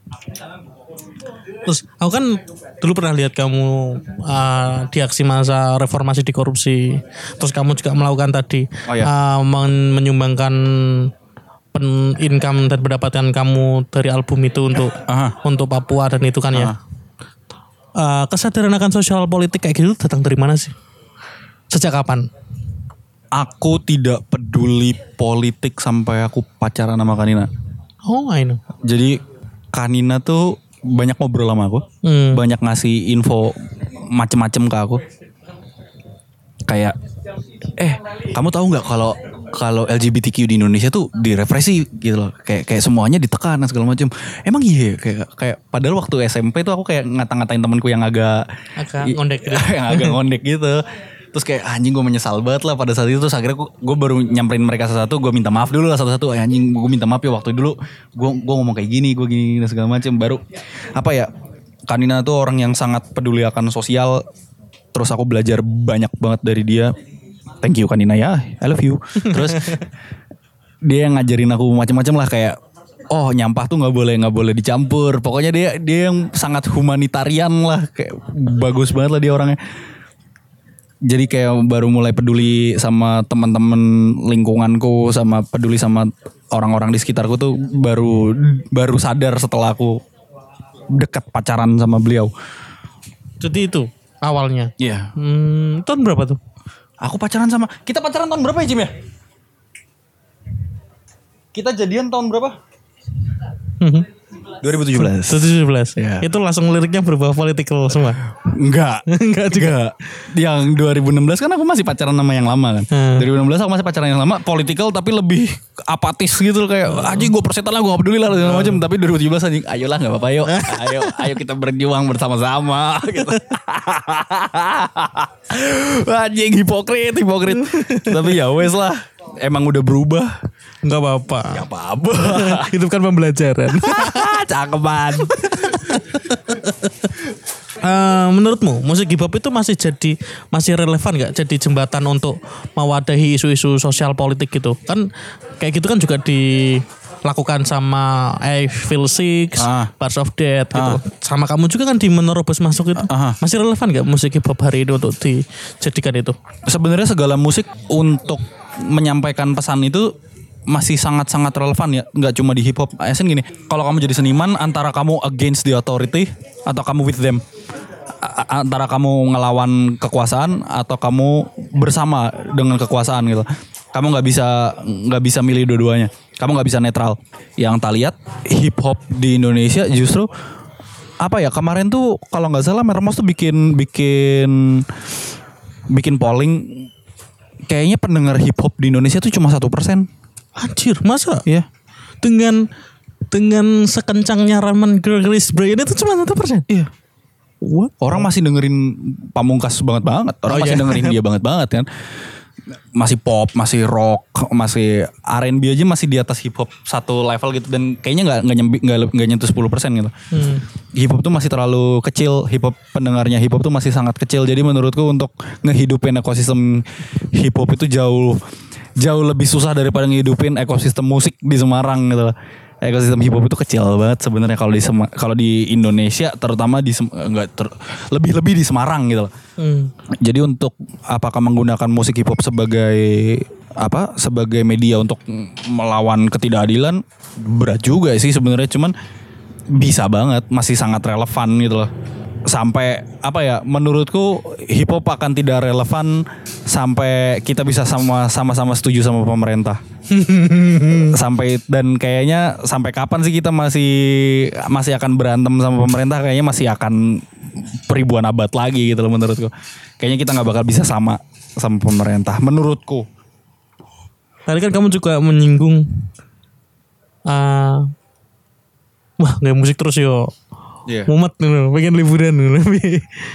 Terus aku kan dulu pernah lihat kamu uh, di aksi masa reformasi di korupsi. Terus kamu juga melakukan tadi oh, iya. uh, men- menyumbangkan pen income dan pendapatan kamu dari album itu untuk Aha. untuk Papua dan itu kan Aha. ya. Uh, kesadaran akan sosial politik kayak gitu datang dari mana sih? Sejak kapan? Aku tidak peduli politik sampai aku pacaran sama Kanina. Oh, I know. Jadi Kanina tuh banyak ngobrol sama aku, hmm. banyak ngasih info macem-macem ke aku. Kayak, eh, kamu tahu nggak kalau kalau L G B T Q di Indonesia tuh direpresi gitu loh, kayak kayak semuanya ditekan segala macam. Emang iya, kayak kayak padahal waktu S M P tuh aku kayak ngata-ngatain temanku yang agak agak ngondek gitu. yang agak ngondek gitu. Terus kayak anjing gue menyesal banget lah pada saat itu. Terus akhirnya gue, gue baru nyamperin mereka satu-satu. Gue minta maaf dulu lah satu-satu. Eh, anjing gue minta maaf ya waktu dulu gue gue ngomong kayak gini, gue gini dan segala macam. Baru apa ya, Kanina tuh orang yang sangat peduli akan sosial. Terus aku belajar banyak banget dari dia. Thank you Kanina ya, I love you. Terus dia yang ngajarin aku macam-macam lah, kayak oh nyampah tuh nggak boleh nggak boleh dicampur. Pokoknya dia dia yang sangat humanitarian lah, kayak bagus banget lah dia orangnya. Jadi kayak baru mulai peduli sama teman-teman lingkunganku, sama peduli sama orang-orang di sekitarku tuh baru baru sadar setelah aku dekat pacaran sama beliau. Jadi itu awalnya. Iya. Yeah. Hmm, tahun berapa tuh? Aku pacaran sama, kita pacaran tahun berapa ya Jim ya? Kita jadian tahun berapa? dua ribu tujuh belas. dua ribu tujuh belas. Ya. Itu langsung liriknya berubah political semua. Enggak. Enggak juga. Enggak. Yang dua ribu enam belas kan aku masih pacaran sama yang lama kan. Hmm. dua ribu enam belas aku masih pacaran yang lama, political tapi lebih apatis gitu kayak anjing gue persetan lah, gue gak peduli lah segala macam. Tapi dua ribu tujuh belas anjing, ayolah enggak apa-apa yuk. Ayo ayo kita berjuang bersama-sama gitu. Anjing hipokrit, hipokrit. Tapi ya wes lah. Emang udah berubah. Enggak apa-apa. Enggak apa-apa. Itu kan pembelajaran. Cakepan. uh, menurutmu musik hip hop itu masih jadi masih relevan nggak jadi jembatan untuk mewadahi isu-isu sosial politik gitu? Kan kayak gitu kan juga dilakukan sama I Feel Sick, ah. Parts of Death gitu. Ah. Sama kamu juga kan di Menerobos Masuk itu. Ah. Masih relevan nggak musik hip hop hari ini untuk dijadikan itu? Sebenarnya segala musik untuk menyampaikan pesan itu masih sangat-sangat relevan ya, nggak cuma di hip hop. Asin gini, kalau kamu jadi seniman antara kamu against the authority atau kamu with them. A- antara kamu ngelawan kekuasaan atau kamu bersama dengan kekuasaan gitu. Kamu nggak bisa nggak bisa milih dua-duanya. Kamu nggak bisa netral. Yang tak lihat hip hop di Indonesia justru apa ya, kemarin tuh kalau nggak salah Mermos tuh bikin bikin bikin polling, kayaknya pendengar hip hop di Indonesia tuh cuma satu persen. Anjir, masa? Iya. Dengan dengan sekencangnya Ramen Chris Brian itu cuma satu persen. Iya. What? Orang masih dengerin Pamungkas banget banget. Orang Oh, masih iya. dengerin dia banget banget kan. Masih pop, masih rock, masih R and B aja masih di atas hip hop satu level gitu, dan kayaknya nggak nggak nyambi nggak nggak nyentuh sepuluh persen gitu. Hmm. Hip hop tuh masih terlalu kecil, hip hop pendengarnya hip hop tuh masih sangat kecil. Jadi menurutku untuk ngehidupin ekosistem hip hop itu jauh jauh lebih susah daripada ngehidupin ekosistem musik di Semarang gitu. Ekosistem hip hop itu kecil banget sebenarnya kalau di Sema- kalau di Indonesia, terutama di Sem- enggak ter- lebih-lebih di Semarang gitu loh. Hmm. Jadi untuk apakah menggunakan musik hip hop sebagai apa? Sebagai media untuk melawan ketidakadilan, berat juga sih sebenarnya, cuman bisa banget, masih sangat relevan gitu loh. Sampai apa ya, menurutku hip hop akan tidak relevan sampai kita bisa sama sama-sama setuju sama pemerintah. Sampai, dan kayaknya sampai kapan sih kita masih masih akan berantem sama pemerintah? Kayaknya masih akan peribuan abad lagi gitu loh menurutku. Kayaknya kita nggak bakal bisa sama sama pemerintah menurutku. Tadi kan kamu juga menyinggung uh, wah nggak musik terus yo. Iya. Mumet nih, pengen liburan nih.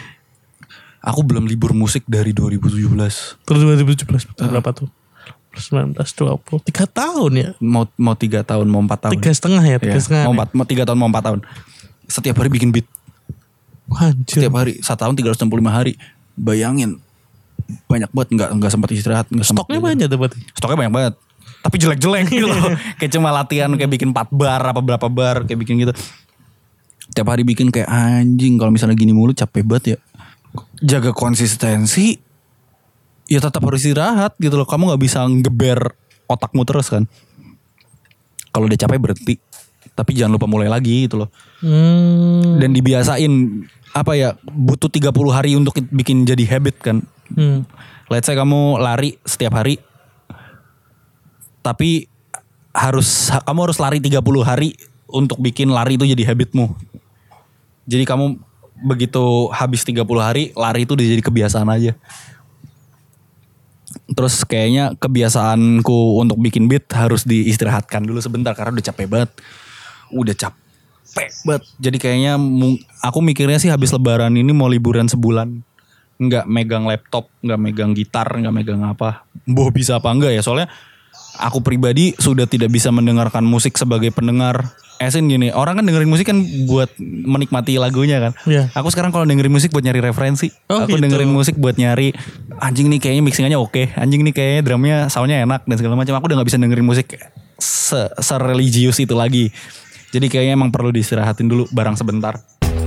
Aku belum libur musik dari dua ribu tujuh belas. Terus dua ribu tujuh belas berapa tuh? sembilan belas, dua puluh, tiga tahun ya? Mau mau tiga tahun, mau empat tahun. Tiga setengah ya, tiga Iya. setengah. Mau ya? empat, mau tiga tahun, mau empat tahun. Setiap hari bikin beat. Anjir. Setiap hari, satu tahun tiga ratus enam puluh lima hari. Bayangin, banyak banget, nggak nggak sempat istirahat, nggak sempat. Stoknya banyak tuh berarti. Stoknya banyak banget. Tapi jelek-jelek gitu loh. Kayak cuma latihan kayak bikin empat bar apa berapa bar kayak bikin gitu. Tiap hari bikin kayak anjing, kalau misalnya gini mulu capek banget ya. Jaga konsistensi, ya tetap harus istirahat gitu loh. Kamu nggak bisa ngeber otakmu terus kan. Kalau udah capek berhenti, tapi jangan lupa mulai lagi gitu loh. Hmm. Dan dibiasain apa ya, butuh tiga puluh hari untuk bikin jadi habit kan. Hmm. Let's say kamu lari setiap hari, tapi harus kamu harus lari tiga puluh hari untuk bikin lari itu jadi habitmu. Jadi kamu begitu habis tiga puluh hari, lari itu udah jadi kebiasaan aja. Terus kayaknya kebiasaanku untuk bikin beat harus diistirahatkan dulu sebentar karena udah capek banget. Udah capek banget. Jadi kayaknya aku mikirnya sih habis lebaran ini mau liburan sebulan. Nggak megang laptop, nggak megang gitar, nggak megang apa. Boh bisa apa enggak ya, soalnya aku pribadi sudah tidak bisa mendengarkan musik sebagai pendengar. Esin gini, orang kan dengerin musik kan buat menikmati lagunya kan. Iya. Aku sekarang kalau dengerin musik buat nyari referensi. Oh, aku gitu. dengerin musik buat nyari anjing nih kayaknya mixingannya oke, anjing nih kayaknya drumnya soundnya enak dan segala macam. Aku udah nggak bisa dengerin musik se sereligius itu lagi. Jadi kayaknya emang perlu diistirahatin dulu barang sebentar.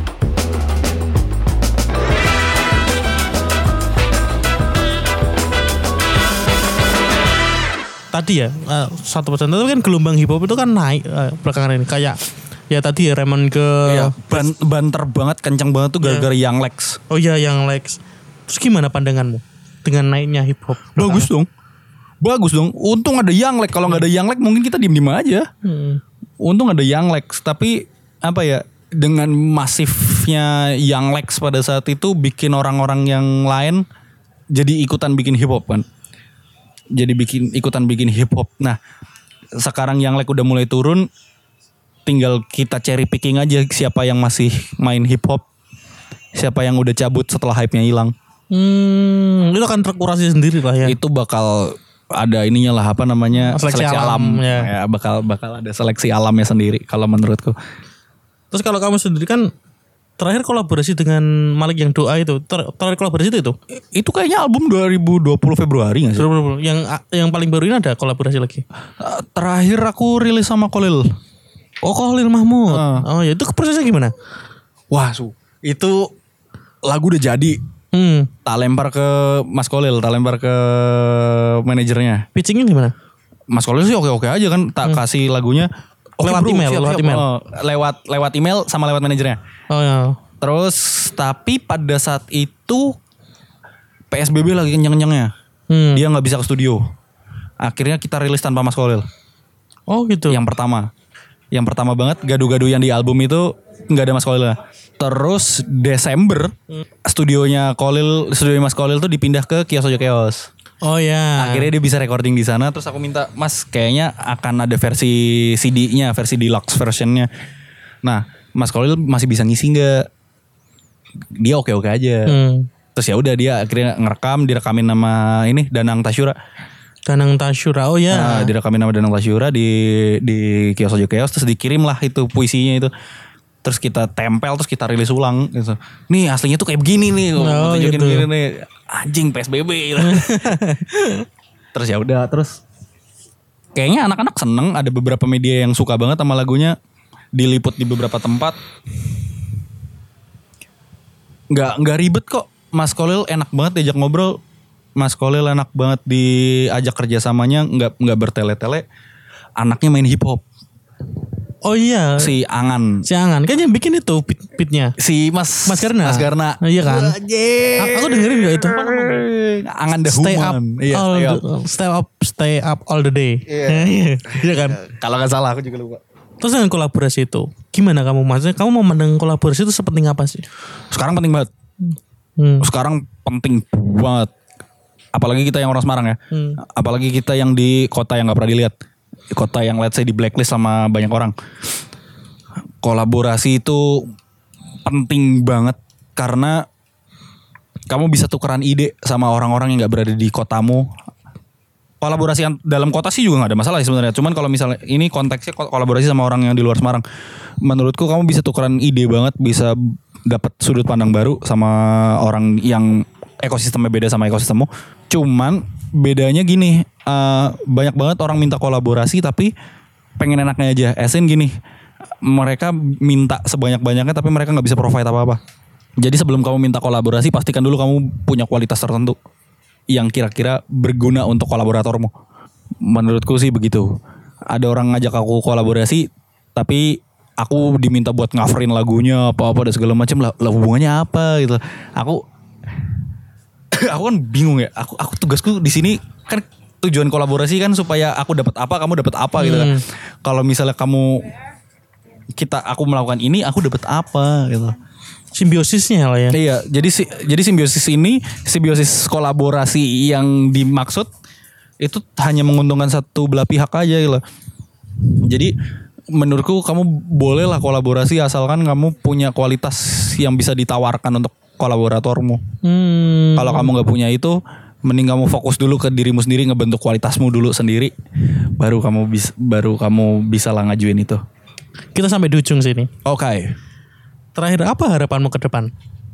Tadi ya uh, satu persen itu kan gelombang hip hop itu kan naik uh, belakangan ini kayak ya tadi ya Ramen ke Iya, ban banter banget, kencang banget tuh gara-gara Young Lex. oh iya yang Lex. Terus gimana pandanganmu dengan naiknya hip hop? Bagus dong. Bagus dong. Untung ada Young Lex. Kalau nggak ada Young Lex mungkin kita diem-diem aja. Hmm. Untung ada Young Lex. Tapi apa ya, dengan masifnya Young Lex pada saat itu bikin orang-orang yang lain jadi ikutan bikin hip hop kan. Jadi bikin ikutan bikin hip hop. Nah, sekarang Young Lex udah mulai turun, tinggal kita cherry picking aja siapa yang masih main hip hop, siapa yang udah cabut setelah hype-nya hilang. Hmm, itu akan terkurasi sendiri lah ya. Itu bakal ada ininya lah, apa namanya, Seleksi seleksi, alam, alam, ya. Ya, bakal bakal ada seleksi alamnya sendiri kalau menurutku. Terus kalau kamu sendiri kan terakhir kolaborasi dengan Malik yang doa itu, ter terakhir kolaborasi itu itu. Itu kayaknya album dua ribu dua puluh Februari gak sih? Yang yang paling baru ini ada kolaborasi lagi. Uh, terakhir aku rilis sama Kolil. Oh, Khalil Mahmud. Uh. Oh ya, itu prosesnya gimana? Wah, su. Itu lagu udah jadi. Hmm. Tak lempar ke Mas Kolil, tak lempar ke manajernya. Pitchingnya gimana? Mas Kolil sih oke-oke aja kan, tak hmm. kasih lagunya okay, lewat bro, email, siap, lewat siap. email. Oh, lewat lewat email sama lewat manajernya. Oh ya. Terus tapi pada saat itu P S B B lagi kenceng-kencengnya. Hmm. Dia nggak bisa ke studio. Akhirnya kita rilis tanpa Mas Kolil. Oh gitu. Yang pertama. Yang pertama banget gadu-gadu yang di album itu nggak ada Mas Kolil lah. Terus Desember hmm. studionya Kolil, studionya Mas Kolil tuh dipindah ke Kios Ojo Keos. Oh ya. Akhirnya dia bisa recording di sana. Terus aku minta, Mas kayaknya akan ada versi C D-nya, versi deluxe versionnya. Nah, Mas Kolil masih bisa ngisi nggak? Dia oke-oke aja. Hmm. Terus ya udah dia akhirnya ngerekam, direkamin nama ini Danang Tasyura. Danang Tasyura, oh ya. Nah, direkamin nama Danang Tasyura di di Kios Ojo Keos. Terus dikirim lah itu puisinya itu. Terus kita tempel, terus kita rilis ulang gitu. Nih aslinya tuh kayak begini nih. Oh, tunjukin gitu. gini nih. Anjing P S B B gitu. Terus ya udah, terus kayaknya anak-anak seneng. Ada beberapa media yang suka banget sama lagunya, diliput di beberapa tempat. Nggak nggak ribet kok. Mas Kolil enak banget diajak ngobrol. Mas Kolil enak banget diajak kerjasamanya, nggak nggak bertele-tele. Anaknya main hip hop. Oh iya. Si Angan. Si Angan kan yang bikin itu beat beatnya. Si Mas Mas Garna. Mas Garna. Oh, iya kan. A- aku dengerin gak itu? Angan the Stay Human. up, Iya, all stay the, up. stay up, stay up all the day. Iya. Iya kan. Kalau nggak salah aku juga lupa. Terus dengan kolaborasi itu, gimana kamu maksudnya? Kamu mau memandang kolaborasi itu sepenting apa sih? Sekarang penting banget. Hmm. Sekarang penting banget. Apalagi kita yang orang Semarang ya. Hmm. Apalagi kita yang di kota yang nggak pernah dilihat. Di kota yang let's say di blacklist sama banyak orang. Kolaborasi itu penting banget karena kamu bisa tukeran ide sama orang-orang yang nggak berada di kotamu. Kolaborasi yang dalam kota sih juga nggak ada masalah sebenarnya. Cuman kalau misalnya ini konteksnya kolaborasi sama orang yang di luar Semarang, menurutku kamu bisa tukeran ide banget, bisa dapat sudut pandang baru sama orang yang ekosistemnya beda sama ekosistemmu. Cuman bedanya gini, uh, banyak banget orang minta kolaborasi tapi pengen enaknya aja. Esin gini, mereka minta sebanyak-banyaknya tapi mereka nggak bisa provide apa-apa. Jadi sebelum kamu minta kolaborasi, pastikan dulu kamu punya kualitas tertentu yang kira-kira berguna untuk kolaboratormu. Menurutku sih begitu. Ada orang ngajak aku kolaborasi, tapi aku diminta buat ngaverin lagunya apa-apa dan segala macam. Lah, lah hubungannya apa gitu. Aku aku kan bingung ya. Aku aku tugasku di sini kan tujuan kolaborasi kan supaya aku dapat apa, kamu dapat apa gitu kan. Hmm. Kalau misalnya kamu kita aku melakukan ini, aku dapat apa gitu. Simbiosisnya lah ya. Iya, jadi si, jadi simbiosis ini, simbiosis kolaborasi yang dimaksud itu hanya menguntungkan satu belah pihak aja gitu. Jadi menurutku kamu bolehlah kolaborasi asalkan kamu punya kualitas yang bisa ditawarkan untuk kolaboratormu. Hmm. Kalau kamu nggak punya itu, mending kamu fokus dulu ke dirimu sendiri, ngebentuk kualitasmu dulu sendiri, baru kamu bisa baru kamu bisa lah ngajuin itu. Kita sampai di ujung sini. Oke. Okay. Terakhir, apa harapanmu ke depan?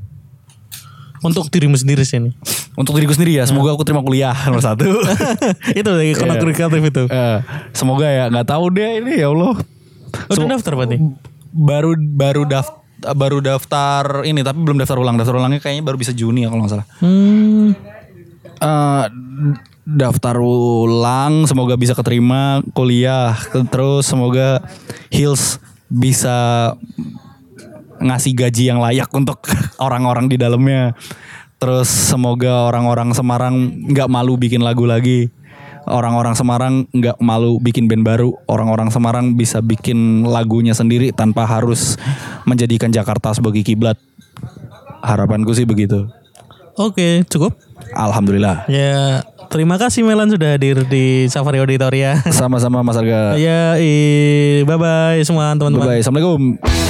Untuk dirimu sendiri sini. Untuk diriku sendiri ya, semoga aku terima kuliah nomor satu. Itu dari konektor kreatif itu. Uh, semoga ya, nggak tahu deh ini ya Allah. Udah Sem- daftar berarti? Baru baru daftar baru daftar ini, tapi belum daftar ulang. Daftar ulangnya kayaknya baru bisa Juni ya kalau nggak salah. Hmm. Uh, daftar ulang, semoga bisa keterima kuliah, terus semoga Hills bisa ngasih gaji yang layak untuk orang-orang di dalamnya. Terus semoga orang-orang Semarang nggak malu bikin lagu lagi. Orang-orang Semarang nggak malu bikin band baru. Orang-orang Semarang bisa bikin lagunya sendiri tanpa harus menjadikan Jakarta sebagai kiblat. Harapanku sih begitu. Oke, cukup. Alhamdulillah. Ya, terima kasih Melan sudah hadir di Safari Auditoria. Sama-sama Mas Arga. Ya, bye bye semua teman-teman. Bye bye. Assalamualaikum.